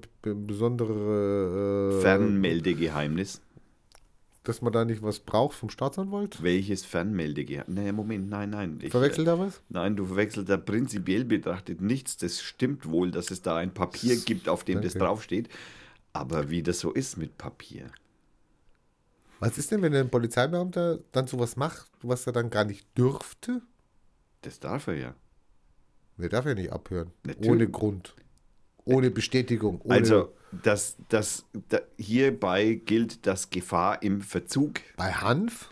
Fernmeldegeheimnis. dass man da nicht was braucht vom Staatsanwalt? Welches Fernmeldegeheimnis? Nee, Moment, nein. Verwechselt da was? Nein, du verwechselst da prinzipiell betrachtet nichts. Das stimmt wohl, dass es da ein Papier gibt, auf dem das Danke. draufsteht. Aber wie das so ist mit Papier. Was ist denn, wenn ein Polizeibeamter dann sowas macht, was er dann gar nicht dürfte? Das darf er ja. Der darf ja nicht abhören. Natürlich. Ohne Grund. Ohne Bestätigung. Ohne Also, hierbei gilt das Gefahr im Verzug. bei Hanf?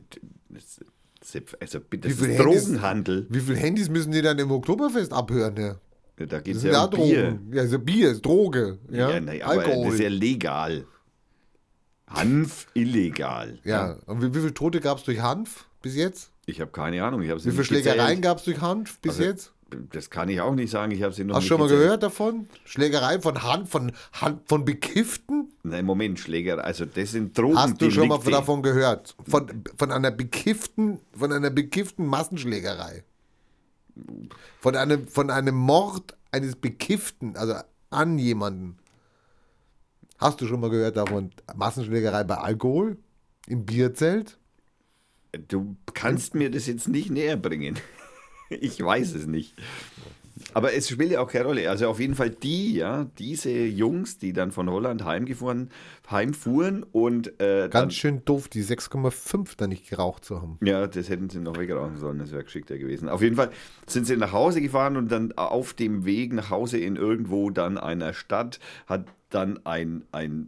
Also bitte, Wie das viel ist Handys- Drogenhandel. Wie viele Handys müssen die dann im Oktoberfest abhören? Ja? Da geht Das es sind ja ja um Bier. Drogen. Ja, also Bier ist Droge. Ja, Ja, nee, aber Alkohol. das ist ja legal. Hanf illegal. ja. Und wie viele Tote gab es durch Hanf bis jetzt? Ich habe keine Ahnung. Ich habe sie Wie viele nicht Schlägereien gezählt. gab es durch Hanf bis Also, jetzt? Das kann ich auch nicht sagen. Ich habe sie noch Hast du nicht schon mal gezählt. gehört davon? Schlägereien von Hanf, von Bekifften? Nein, Moment, Schläger. Also das sind Drogen. Hast du schon mal davon gehört? Von einer bekifften Massenschlägerei. Von einem Mord eines Bekifften, also an jemanden. Hast du schon mal gehört davon? Massenschlägerei bei Alkohol? Im Bierzelt? Du kannst mir das jetzt nicht näher bringen. Ich weiß es nicht. Aber es spielt ja auch keine Rolle. Also auf jeden Fall diese Jungs, die dann von Holland heimfuhren und Ganz schön doof, die 6,5 da nicht geraucht zu haben. ja, das hätten sie noch wegrauchen sollen, das wäre geschickter gewesen. Auf jeden Fall sind sie nach Hause gefahren und dann auf dem Weg nach Hause in irgendwo dann einer Stadt hat dann ein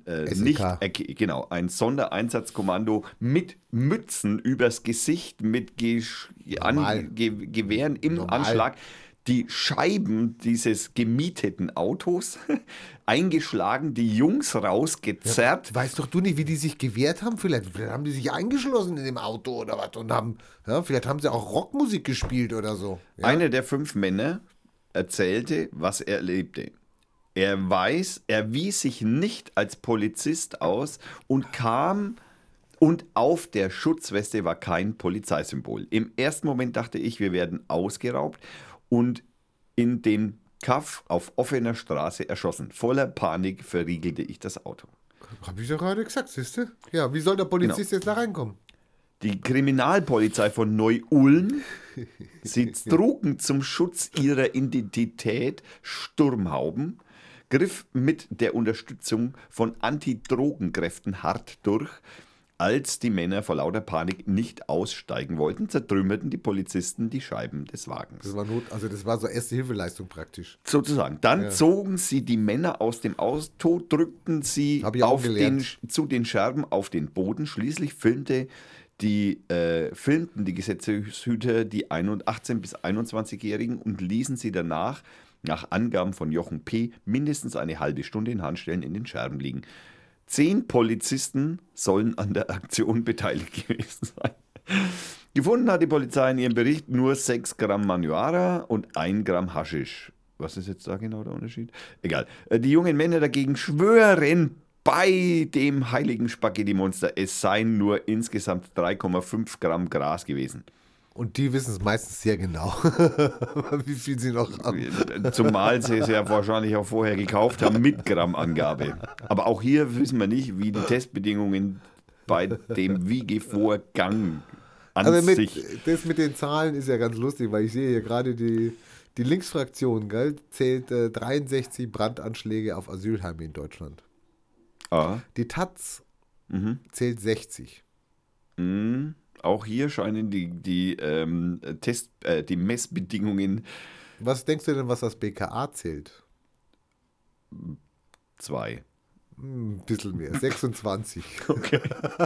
Sondereinsatzkommando mit Mützen übers Gesicht, mit Normal. Gewehren im Normal. Anschlag die Scheiben dieses gemieteten Autos eingeschlagen, die Jungs rausgezerrt. Weißt doch du nicht, wie die sich gewehrt haben? Vielleicht haben die sich eingeschlossen in dem Auto oder was und vielleicht haben sie auch Rockmusik gespielt oder so. Ja? Einer der 5 Männer erzählte, was er erlebte. Er wies sich nicht als Polizist aus und auf der Schutzweste war kein Polizeisymbol. Im ersten Moment dachte ich, wir werden ausgeraubt und in den Kaff auf offener Straße erschossen. Voller Panik verriegelte ich das Auto. Hab ich doch gerade gesagt, siehst du? Ja, wie soll der Polizist jetzt da reinkommen? Die Kriminalpolizei von Neu-Ulm, sie trugen zum Schutz ihrer Identität Sturmhauben, griff mit der Unterstützung von Antidrogenkräften hart durch. Als die Männer vor lauter Panik nicht aussteigen wollten, zertrümmerten die Polizisten die Scheiben des Wagens. Das war so Erste-Hilfeleistung praktisch. Sozusagen. Dann zogen sie die Männer aus dem Auto, drückten sie Hab ich auch gelernt. zu den Scherben auf den Boden. Schließlich filmten die Gesetzeshüter die 18- bis 21-Jährigen und ließen sie danach, nach Angaben von Jochen P., mindestens eine halbe Stunde in Handstellen in den Scherben liegen. 10 Polizisten sollen an der Aktion beteiligt gewesen sein. Gefunden hat die Polizei in ihrem Bericht nur 6 Gramm Marihuana und 1 Gramm Haschisch. Was ist jetzt da genau der Unterschied? Egal. Die jungen Männer dagegen schwören bei dem heiligen Spaghetti-Monster, es seien nur insgesamt 3,5 Gramm Gras gewesen. Und die wissen es meistens sehr genau, wie viel sie noch haben. Zumal sie es ja wahrscheinlich auch vorher gekauft haben mit Grammangabe. Aber auch hier wissen wir nicht, wie die Testbedingungen bei dem Wiegevorgang an Aber sich. das mit den Zahlen ist ja ganz lustig, weil ich sehe hier gerade die Linksfraktion, gell, zählt 63 Brandanschläge auf Asylheime in Deutschland. Ah, Die Taz zählt 60. auch hier scheinen die Messbedingungen Was denkst du denn, was das BKA zählt? 2. Ein bisschen mehr, 26. Okay.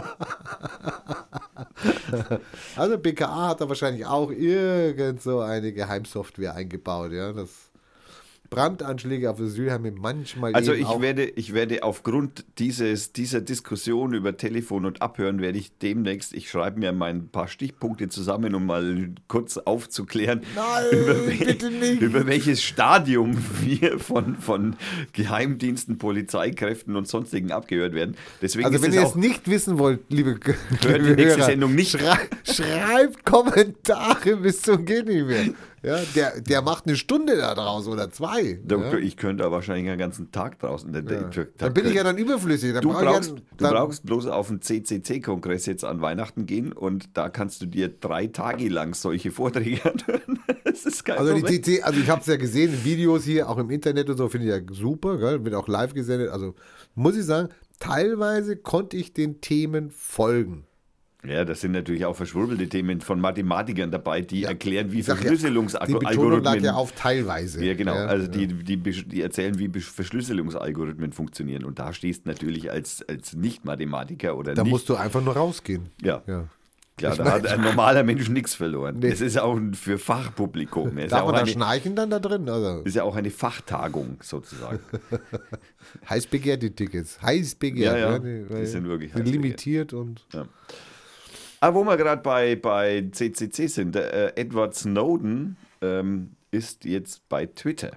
Also BKA hat da wahrscheinlich auch irgend so eine Geheimsoftware eingebaut, ja, das Brandanschläge auf Asylheime manchmal Also eben auch... ich werde aufgrund dieser Diskussion über Telefon und Abhören, werde ich demnächst, ich schreibe mir mal ein paar Stichpunkte zusammen, um mal kurz aufzuklären, bitte nicht. über welches Stadium wir von Geheimdiensten, Polizeikräften und sonstigen abgehört werden. Deswegen Also ist wenn es ihr auch, es nicht wissen wollt, liebe hört die nächste Sendung nicht. schreibt Kommentare bis zum geht nicht mehr. Ja, der macht eine Stunde da draus oder 2. Doktor, Ja? ich könnte da wahrscheinlich einen ganzen Tag draußen. Da bin ich ja dann überflüssig. Du brauchst bloß auf den CCC-Kongress jetzt an Weihnachten gehen und da kannst du dir 3 Tage lang solche Vorträge anhören. Das ist kein Also, Problem. also ich habe es ja gesehen in Videos hier, auch im Internet und so, finde ich ja super, gell? Wird auch live gesendet. Also muss ich sagen, teilweise konnte ich den Themen folgen. Ja, das sind natürlich auch verschwurbelte Themen von Mathematikern dabei, die erklären, wie Ich sag ja, Verschlüsselungsalgorithmen... Die Betonung lag ja auf teilweise. Ja, genau. Ja, Also ja. die erzählen, wie Verschlüsselungsalgorithmen funktionieren. Und da stehst du natürlich als Nicht-Mathematiker oder Da nicht... musst du einfach nur rausgehen. Ja, Ja. klar, Ich da mein- hat ein normaler Mensch nichts verloren. Nee. Es ist auch für Fachpublikum. Es ist, Darf auch man da eine, schnarchen dann da drin? Also, ist ja auch eine Fachtagung sozusagen. heiß begehrt die Tickets. Heiß begehrt. Ja, ja. Die sind wirklich heiß sind limitiert und... Aber wo wir gerade bei CCC sind, der, Edward Snowden ist jetzt bei Twitter.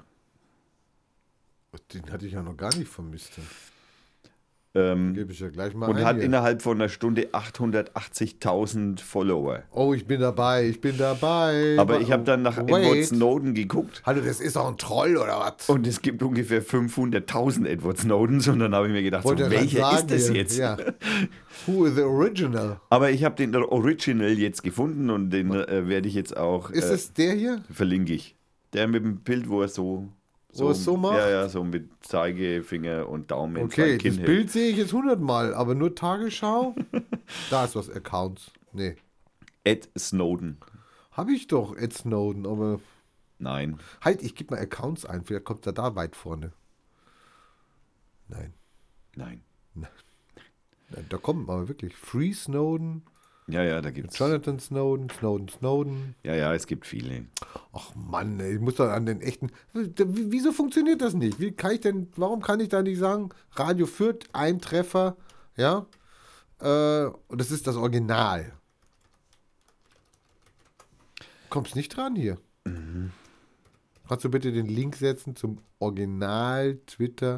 Den hatte ich ja noch gar nicht vermisst. Ähm, Gebe ich ja gleich mal und ein hat hier. innerhalb von einer Stunde 880.000 Follower. Oh, ich bin dabei. Aber ich habe dann nach Edward Snowden geguckt Hallo, das ist doch ein Troll oder was? und es gibt ungefähr 500.000 Edward Snowdens und dann habe ich mir gedacht, so, Wollte gerade welcher sagen ist das hier. jetzt? Ja. Who is the original? Aber ich habe den Original jetzt gefunden und den werde ich jetzt auch, Ist es der hier? verlinke ich. Der mit dem Bild, wo er so Wo es so macht? Ja, ja, so mit Zeigefinger und Daumen ins Okay, Kinn das hält. Bild sehe ich jetzt 100 Mal, aber nur Tagesschau? Da ist was, Accounts. Nee. Ed Snowden. Habe ich doch, Ed Snowden, aber... Nein. Halt, ich gebe mal Accounts ein, vielleicht kommt er da weit vorne. Nein. Nein. Nein, da kommt aber wirklich Free Snowden, Ja, ja, da gibt's. Jonathan Snowden, Snowden. Ja, ja, es gibt viele. Ach Mann, ey, ich muss doch an den echten... Wieso funktioniert das nicht? Warum kann ich da nicht sagen, Radio Fürth, ein Treffer, ja? Und das ist das Original. Kommst nicht dran hier. Kannst du bitte den Link setzen zum Original Twitter?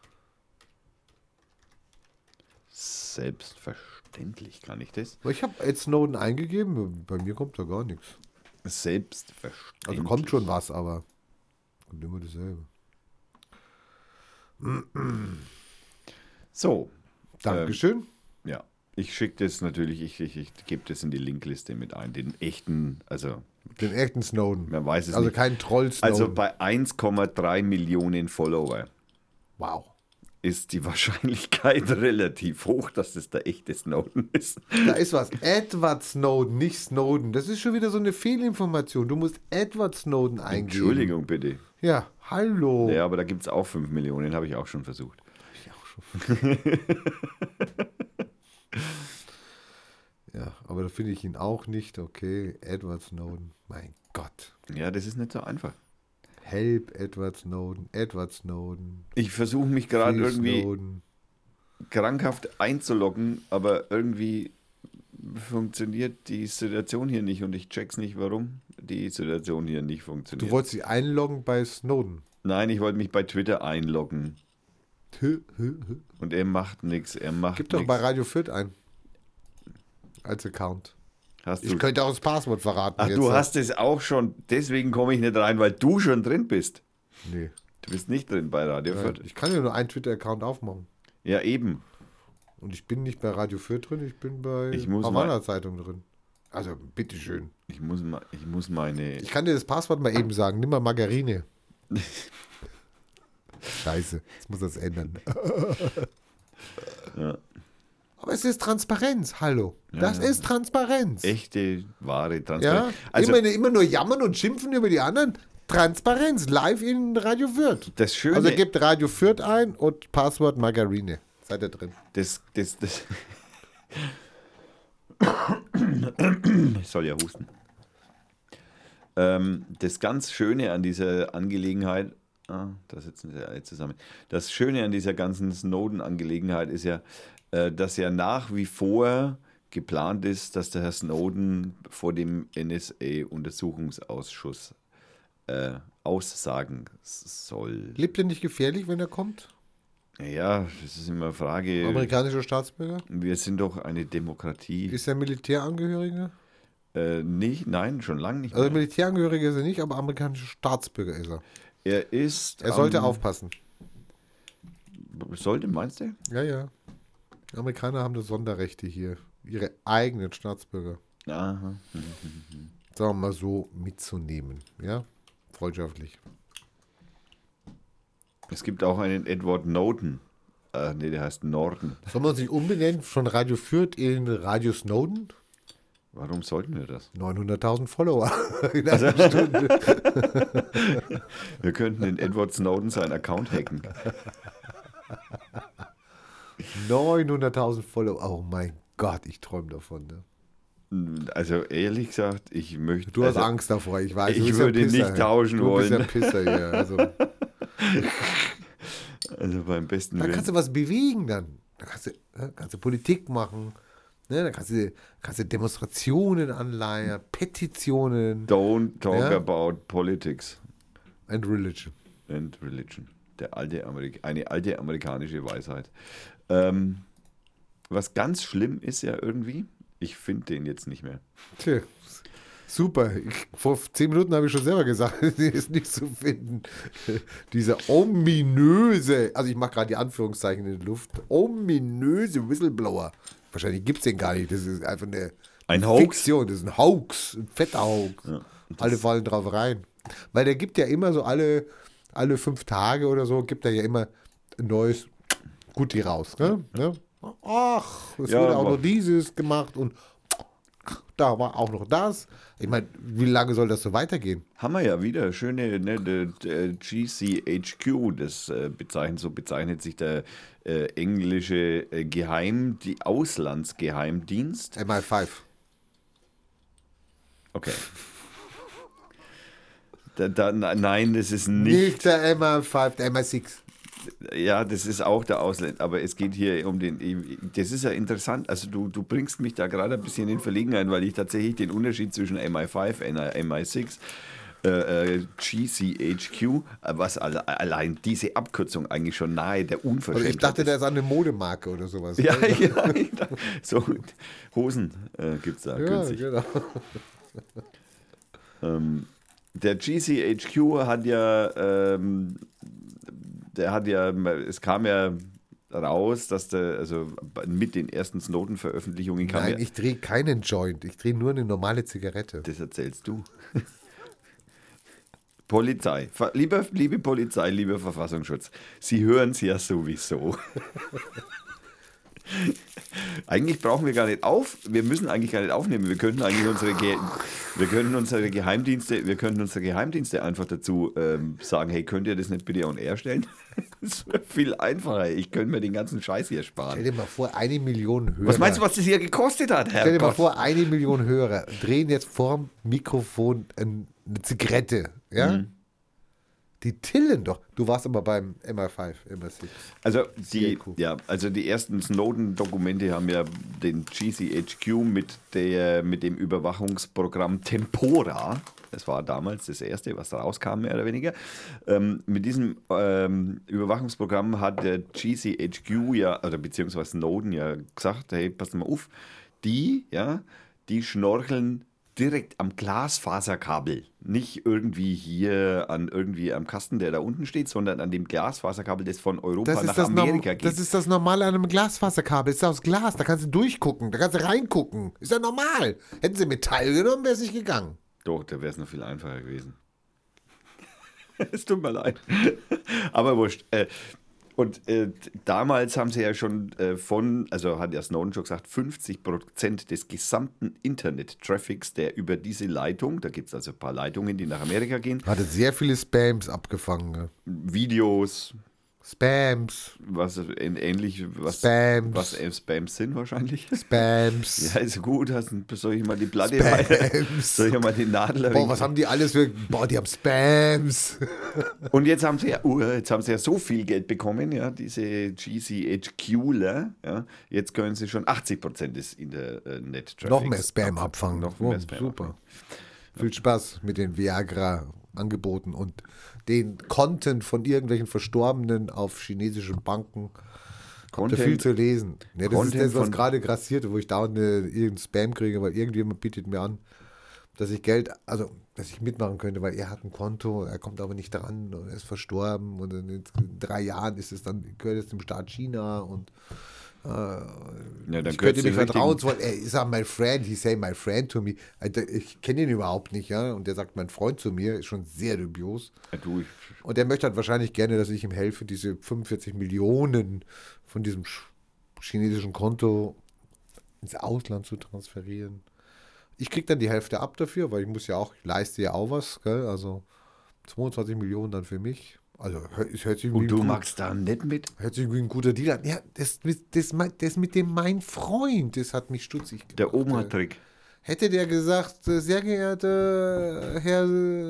Selbstverständlich kann ich das. Ich habe Ed Snowden eingegeben, bei mir kommt da gar nichts. Selbstverständlich. Also kommt schon was, aber kommt immer dasselbe. So. Dankeschön. Ja. Ich schicke das natürlich, ich gebe das in die Linkliste mit ein. Den echten, also Den echten Snowden. man weiß es Also nicht. kein Troll Snowden. Also bei 1,3 Millionen Follower wow. ist die Wahrscheinlichkeit relativ hoch, dass das der echte Snowden ist. Da ist was. Edward Snowden, nicht Snowden. Das ist schon wieder so eine Fehlinformation. Du musst Edward Snowden eingeben. Entschuldigung bitte. Ja, hallo. Ja, aber da gibt es auch 5 Millionen, habe ich auch schon versucht. Ich auch schon. Ja, aber da finde ich ihn auch nicht. Okay, Edward Snowden. Mein Gott. Ja, das ist nicht so einfach. Help Edward Snowden. Edward Snowden. Ich versuche mich gerade Free irgendwie Snowden. krankhaft einzuloggen, aber irgendwie funktioniert die Situation hier nicht und ich check's nicht, warum die Situation hier nicht funktioniert. Du wolltest dich einloggen bei Snowden. Nein, ich wollte mich bei Twitter einloggen und er macht nichts. Gib doch bei Radio Fürth ein. Als Account. Hast Ich du? könnte auch das Passwort verraten. Ach, du hast es auch schon. Deswegen komme ich nicht rein, weil du schon drin bist. Nee. Du bist nicht drin bei Radio Fürth. Ich kann ja nur einen Twitter-Account aufmachen. Ja, eben. Und ich bin nicht bei Radio Fürth drin, ich bin bei Ich muss Havanna Zeitung drin. Also, bitteschön. Ich muss meine. Ich kann dir das Passwort mal eben sagen. Nimm mal Margarine. Scheiße, jetzt muss das ändern. Ja. Aber es ist Transparenz, hallo. Das ist Transparenz. Echte, wahre Ja? Transparenz. Also, Immer nur jammern und schimpfen über die anderen. Transparenz, live in Radio Fürth. Das Schöne, Also gebt Radio Fürth ein und Passwort Margarine. Seid ihr drin. Ich soll ja husten. Das ganz Schöne an dieser Angelegenheit, da sitzen sie alle zusammen. Das Schöne an dieser ganzen Snowden-Angelegenheit ist ja, dass ja nach wie vor geplant ist, dass der Herr Snowden vor dem NSA-Untersuchungsausschuss aussagen soll. Lebt er nicht gefährlich, wenn er kommt? Ja, das ist immer eine Frage. Amerikanischer Staatsbürger? Wir sind doch eine Demokratie. Ist er Militärangehöriger? Nicht, nein, schon lange nicht. Also Militärangehöriger ist er nicht, aber amerikanischer Staatsbürger ist er. Er sollte aufpassen. Sollte, meinst du? Ja, ja. Amerikaner haben da Sonderrechte hier. Ihre eigenen Staatsbürger. Aha. Sagen wir mal so, mitzunehmen. Ja, freundschaftlich. Es gibt auch einen Edward Snowden. Der heißt Norton. Sollen wir uns nicht umbenennen von Radio Fürth in Radio Snowden? Warum sollten wir das? 900.000 Follower in einer Stunde. Wir könnten den Edward Snowden seinen Account hacken. 900.000 Follower. Oh mein Gott, ich träume davon. Ne? Also ehrlich gesagt, ich möchte... Du hast Angst davor, ich weiß. Ich würde nicht tauschen wollen. Du bist ja Pisser hier. Also beim besten Da Willen. kannst du was bewegen dann. Da kannst du Politik machen. Ne? Da kannst du Demonstrationen anleiern, Petitionen. Don't talk about politics. And religion. And religion. Eine alte amerikanische Weisheit. Was ganz schlimm ist ja irgendwie, ich finde den jetzt nicht mehr. Tja, super. Vor 10 Minuten habe ich schon selber gesagt, die ist nicht zu finden. Dieser ominöse, also ich mache gerade die Anführungszeichen in die Luft, ominöse Whistleblower. Wahrscheinlich gibt es den gar nicht. Das ist einfach ein Hoax. Fiktion. Das ist ein Hoax, ein fetter Hoax. Ja, alle fallen drauf rein. Weil der gibt ja immer so alle 5 Tage oder so, gibt er ja immer ein neues Guti raus. Ne? Ja. Ach, es wurde auch noch dieses gemacht und da war auch noch das. Ich meine, wie lange soll das so weitergehen? Haben wir ja wieder schöne, GCHQ, so bezeichnet sich der englische Auslandsgeheimdienst. MI5. Okay. Nein, das ist nicht der MI5, der MI6. Ja, das ist auch der Ausländer, aber es geht hier um das ist ja interessant, also du bringst mich da gerade ein bisschen in Verlegenheit, weil ich tatsächlich den Unterschied zwischen MI5 und MI6, GCHQ, was allein diese Abkürzung eigentlich schon nahe der Unverschämtheit also ich dachte, der ist eine Modemarke oder sowas. Ja, so Hosen gibt es da günstig. Genau. Der GCHQ hat ja es kam ja raus, dass mit den ersten Snowden-Veröffentlichungen kam Nein, ich drehe keinen Joint, ich drehe nur eine normale Zigarette. Das erzählst du. Polizei, liebe Polizei, lieber Verfassungsschutz, Sie hören es ja sowieso. Eigentlich brauchen wir gar nicht wir müssen eigentlich gar nicht aufnehmen. Wir könnten eigentlich unsere Geheimdienste einfach dazu sagen, hey, könnt ihr das nicht bitte on air stellen? Das wäre viel einfacher. Ich könnte mir den ganzen Scheiß hier sparen. Stell dir mal vor, 1 Million Hörer. Was meinst du, was das hier gekostet hat, Herr? Stell dir mal vor, 1 Million Hörer drehen jetzt vorm Mikrofon eine Zigarette, ja? Mhm. Die tillen doch. Du warst aber beim MI5, MI6. Also die ersten Snowden-Dokumente haben ja den GCHQ mit dem Überwachungsprogramm Tempora, das war damals das erste, was rauskam, mehr oder weniger. Mit diesem Überwachungsprogramm hat der GCHQ beziehungsweise Snowden ja gesagt, hey, pass mal auf, die schnorcheln direkt am Glasfaserkabel, nicht irgendwie hier am Kasten, der da unten steht, sondern an dem Glasfaserkabel, das von Europa nach Amerika geht. Das ist das Normale an einem Glasfaserkabel. Das ist aus Glas, da kannst du durchgucken, da kannst du reingucken. Ist ja normal. Hätten sie Metall genommen, wäre es nicht gegangen. Doch, da wäre es noch viel einfacher gewesen. Es tut mir leid. Aber wurscht. Und damals haben sie ja schon also hat ja Snowden schon gesagt, 50% des gesamten Internet-Traffics, der über diese Leitung, da gibt es also ein paar Leitungen, die nach Amerika gehen. Hatte sehr viele Spams abgefangen. Ja. Videos. Spams. Was ähnlich, Spams. Was Spams sind wahrscheinlich. Spams. Ja, ist gut. Soll ich mal die Platte Spams. Soll ich mal die Nadel Boah, was haben die alles für... Boah, die haben Spams. Und jetzt haben sie ja so viel Geld bekommen, ja, diese GCHQler. Ja, jetzt können sie schon 80% des Internet-Traffics. Noch mehr Spam abfangen. Noch mehr Spam super. abfangen. Viel Spaß mit den Viagra-Angeboten und den Content von irgendwelchen Verstorbenen auf chinesischen Banken. Kommt da viel zu lesen. Ja, das ist das, was gerade grassiert, wo ich dauernd irgendeinen Spam kriege, weil irgendjemand bietet mir an, dass ich dass ich mitmachen könnte, weil er hat ein Konto, er kommt aber nicht dran und er ist verstorben und in 3 Jahren gehört es dem Staat China und ich könnte mich vertrauensvoll, er ist my friend, he say my friend to me. Ich kenne ihn überhaupt nicht, ja, und der sagt mein Freund zu mir, ist schon sehr dubios. Ja, und er möchte halt wahrscheinlich gerne, dass ich ihm helfe, diese 45 Millionen von diesem chinesischen Konto ins Ausland zu transferieren. Ich kriege dann die Hälfte ab dafür, weil ich leiste ja auch was, gell? Also 22 Millionen dann für mich. Also es hört sich und du magst da nicht mit? Hört sich wie ein guter Deal an. Ja, das mit dem mein Freund, das hat mich stutzig gemacht. Der Oma-Trick. Hätte der gesagt, sehr geehrter Herr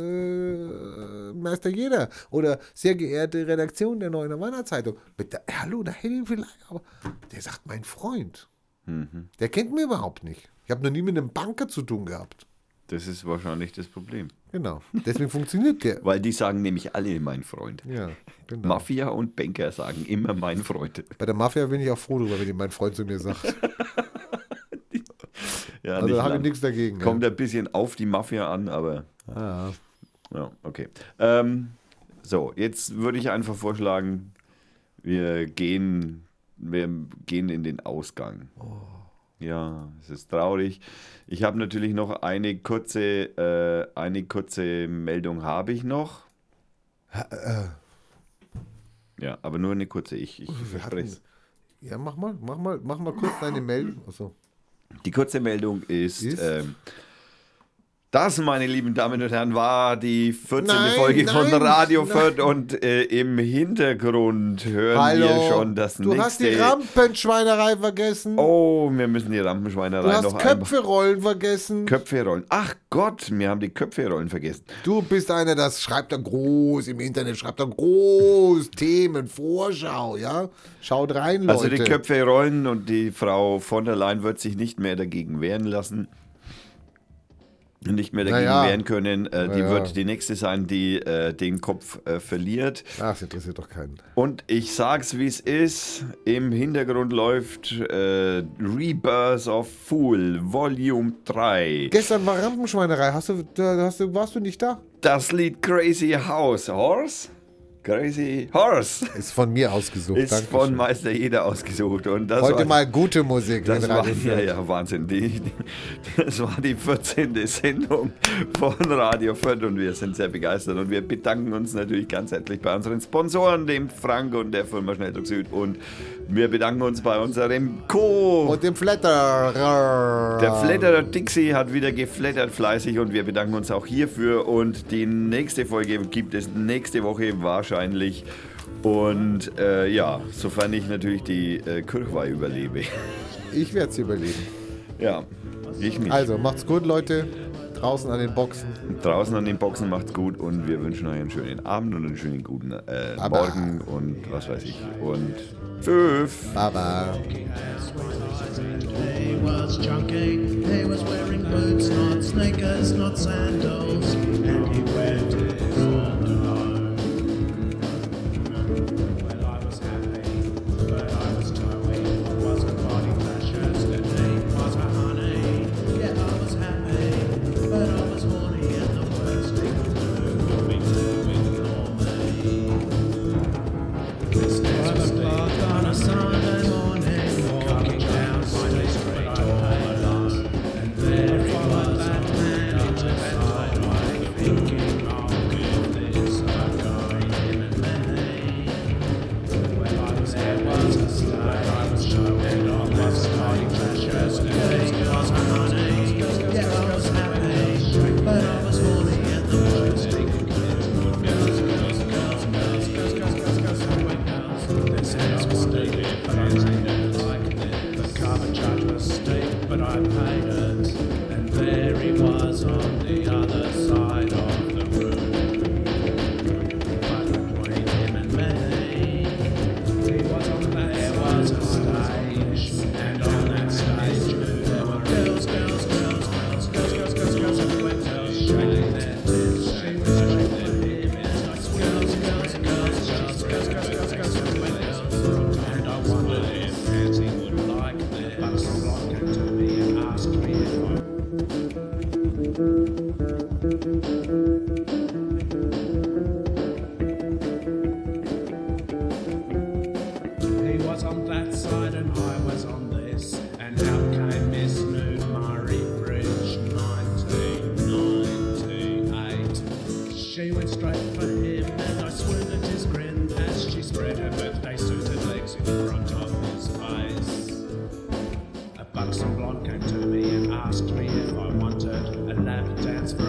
Meister Jeder oder sehr geehrte Redaktion der Neuen Wanderzeitung. Hallo, da hätte ich vielleicht, aber der sagt mein Freund. Mhm. Der kennt mich überhaupt nicht. Ich habe noch nie mit einem Banker zu tun gehabt. Das ist wahrscheinlich das Problem. Genau, deswegen funktioniert der. Weil die sagen nämlich alle mein Freund. Ja, genau. Mafia und Banker sagen immer mein Freund. Bei der Mafia bin ich auch froh drüber, wenn die mein Freund zu mir sagt. Ja, also da habe ich nichts dagegen. Kommt ein bisschen auf die Mafia an, aber... Ja, okay. So, jetzt würde ich einfach vorschlagen, wir gehen in den Ausgang. Oh. Ja, es ist traurig. Ich habe natürlich noch eine kurze Meldung habe ich noch. Ja, aber nur eine kurze. Ich verspreche es. Ja, mach mal kurz deine Meldung. Achso. Die kurze Meldung ist das, meine lieben Damen und Herren, war die 14. Folge von Radio Fürth und im Hintergrund hören wir schon das nächste. Du hast die Rampenschweinerei vergessen. Oh, wir müssen die Rampenschweinerei noch einmal. Du hast Köpferollen vergessen. Köpferollen. Ach Gott, wir haben die Köpferollen vergessen. Du bist einer, das schreibt da groß im Internet, schreibt da groß Themen, Vorschau, ja? Schaut rein, Leute. Also die Köpferollen und die Frau von der Leyen wird sich nicht mehr dagegen wehren lassen. Nicht mehr dagegen wehren können. Die wird die nächste sein, die den Kopf verliert. Ach, das interessiert doch keinen. Und ich sag's, wie es ist. Im Hintergrund läuft Rebirth of Fool, Volume 3. Gestern war Rampenschweinerei. Warst du nicht da? Das Lied Crazy Horse? Crazy Horse. Ist von mir ausgesucht. Ist Dankeschön. Von Meister Jeder ausgesucht. Und das heute mal gute Musik. Das war, Wahnsinn. Das war die 14. Sendung von Radio Fürth und wir sind sehr begeistert. Und wir bedanken uns natürlich ganz herzlich bei unseren Sponsoren, dem Frank und der Firma Schnelldruck Süd. Und wir bedanken uns bei unserem Co. Und dem Flatterer. Der Flatterer Dixie hat wieder geflattert fleißig und wir bedanken uns auch hierfür. Und die nächste Folge gibt es nächste Woche wahrscheinlich. Und sofern ich natürlich die Kirchweih überlebe. Ich werde sie überleben. Ja, ich nicht. Also, macht's gut, Leute. Draußen an den Boxen. Draußen an den Boxen macht's gut und wir wünschen euch einen schönen Abend und einen schönen guten Morgen und was weiß ich. Und tschüss. Baba. He was chunky, he was wearing boots, not sneakers, not sandals, and he went his buxom blonde came to me and asked me if I wanted a lap dance for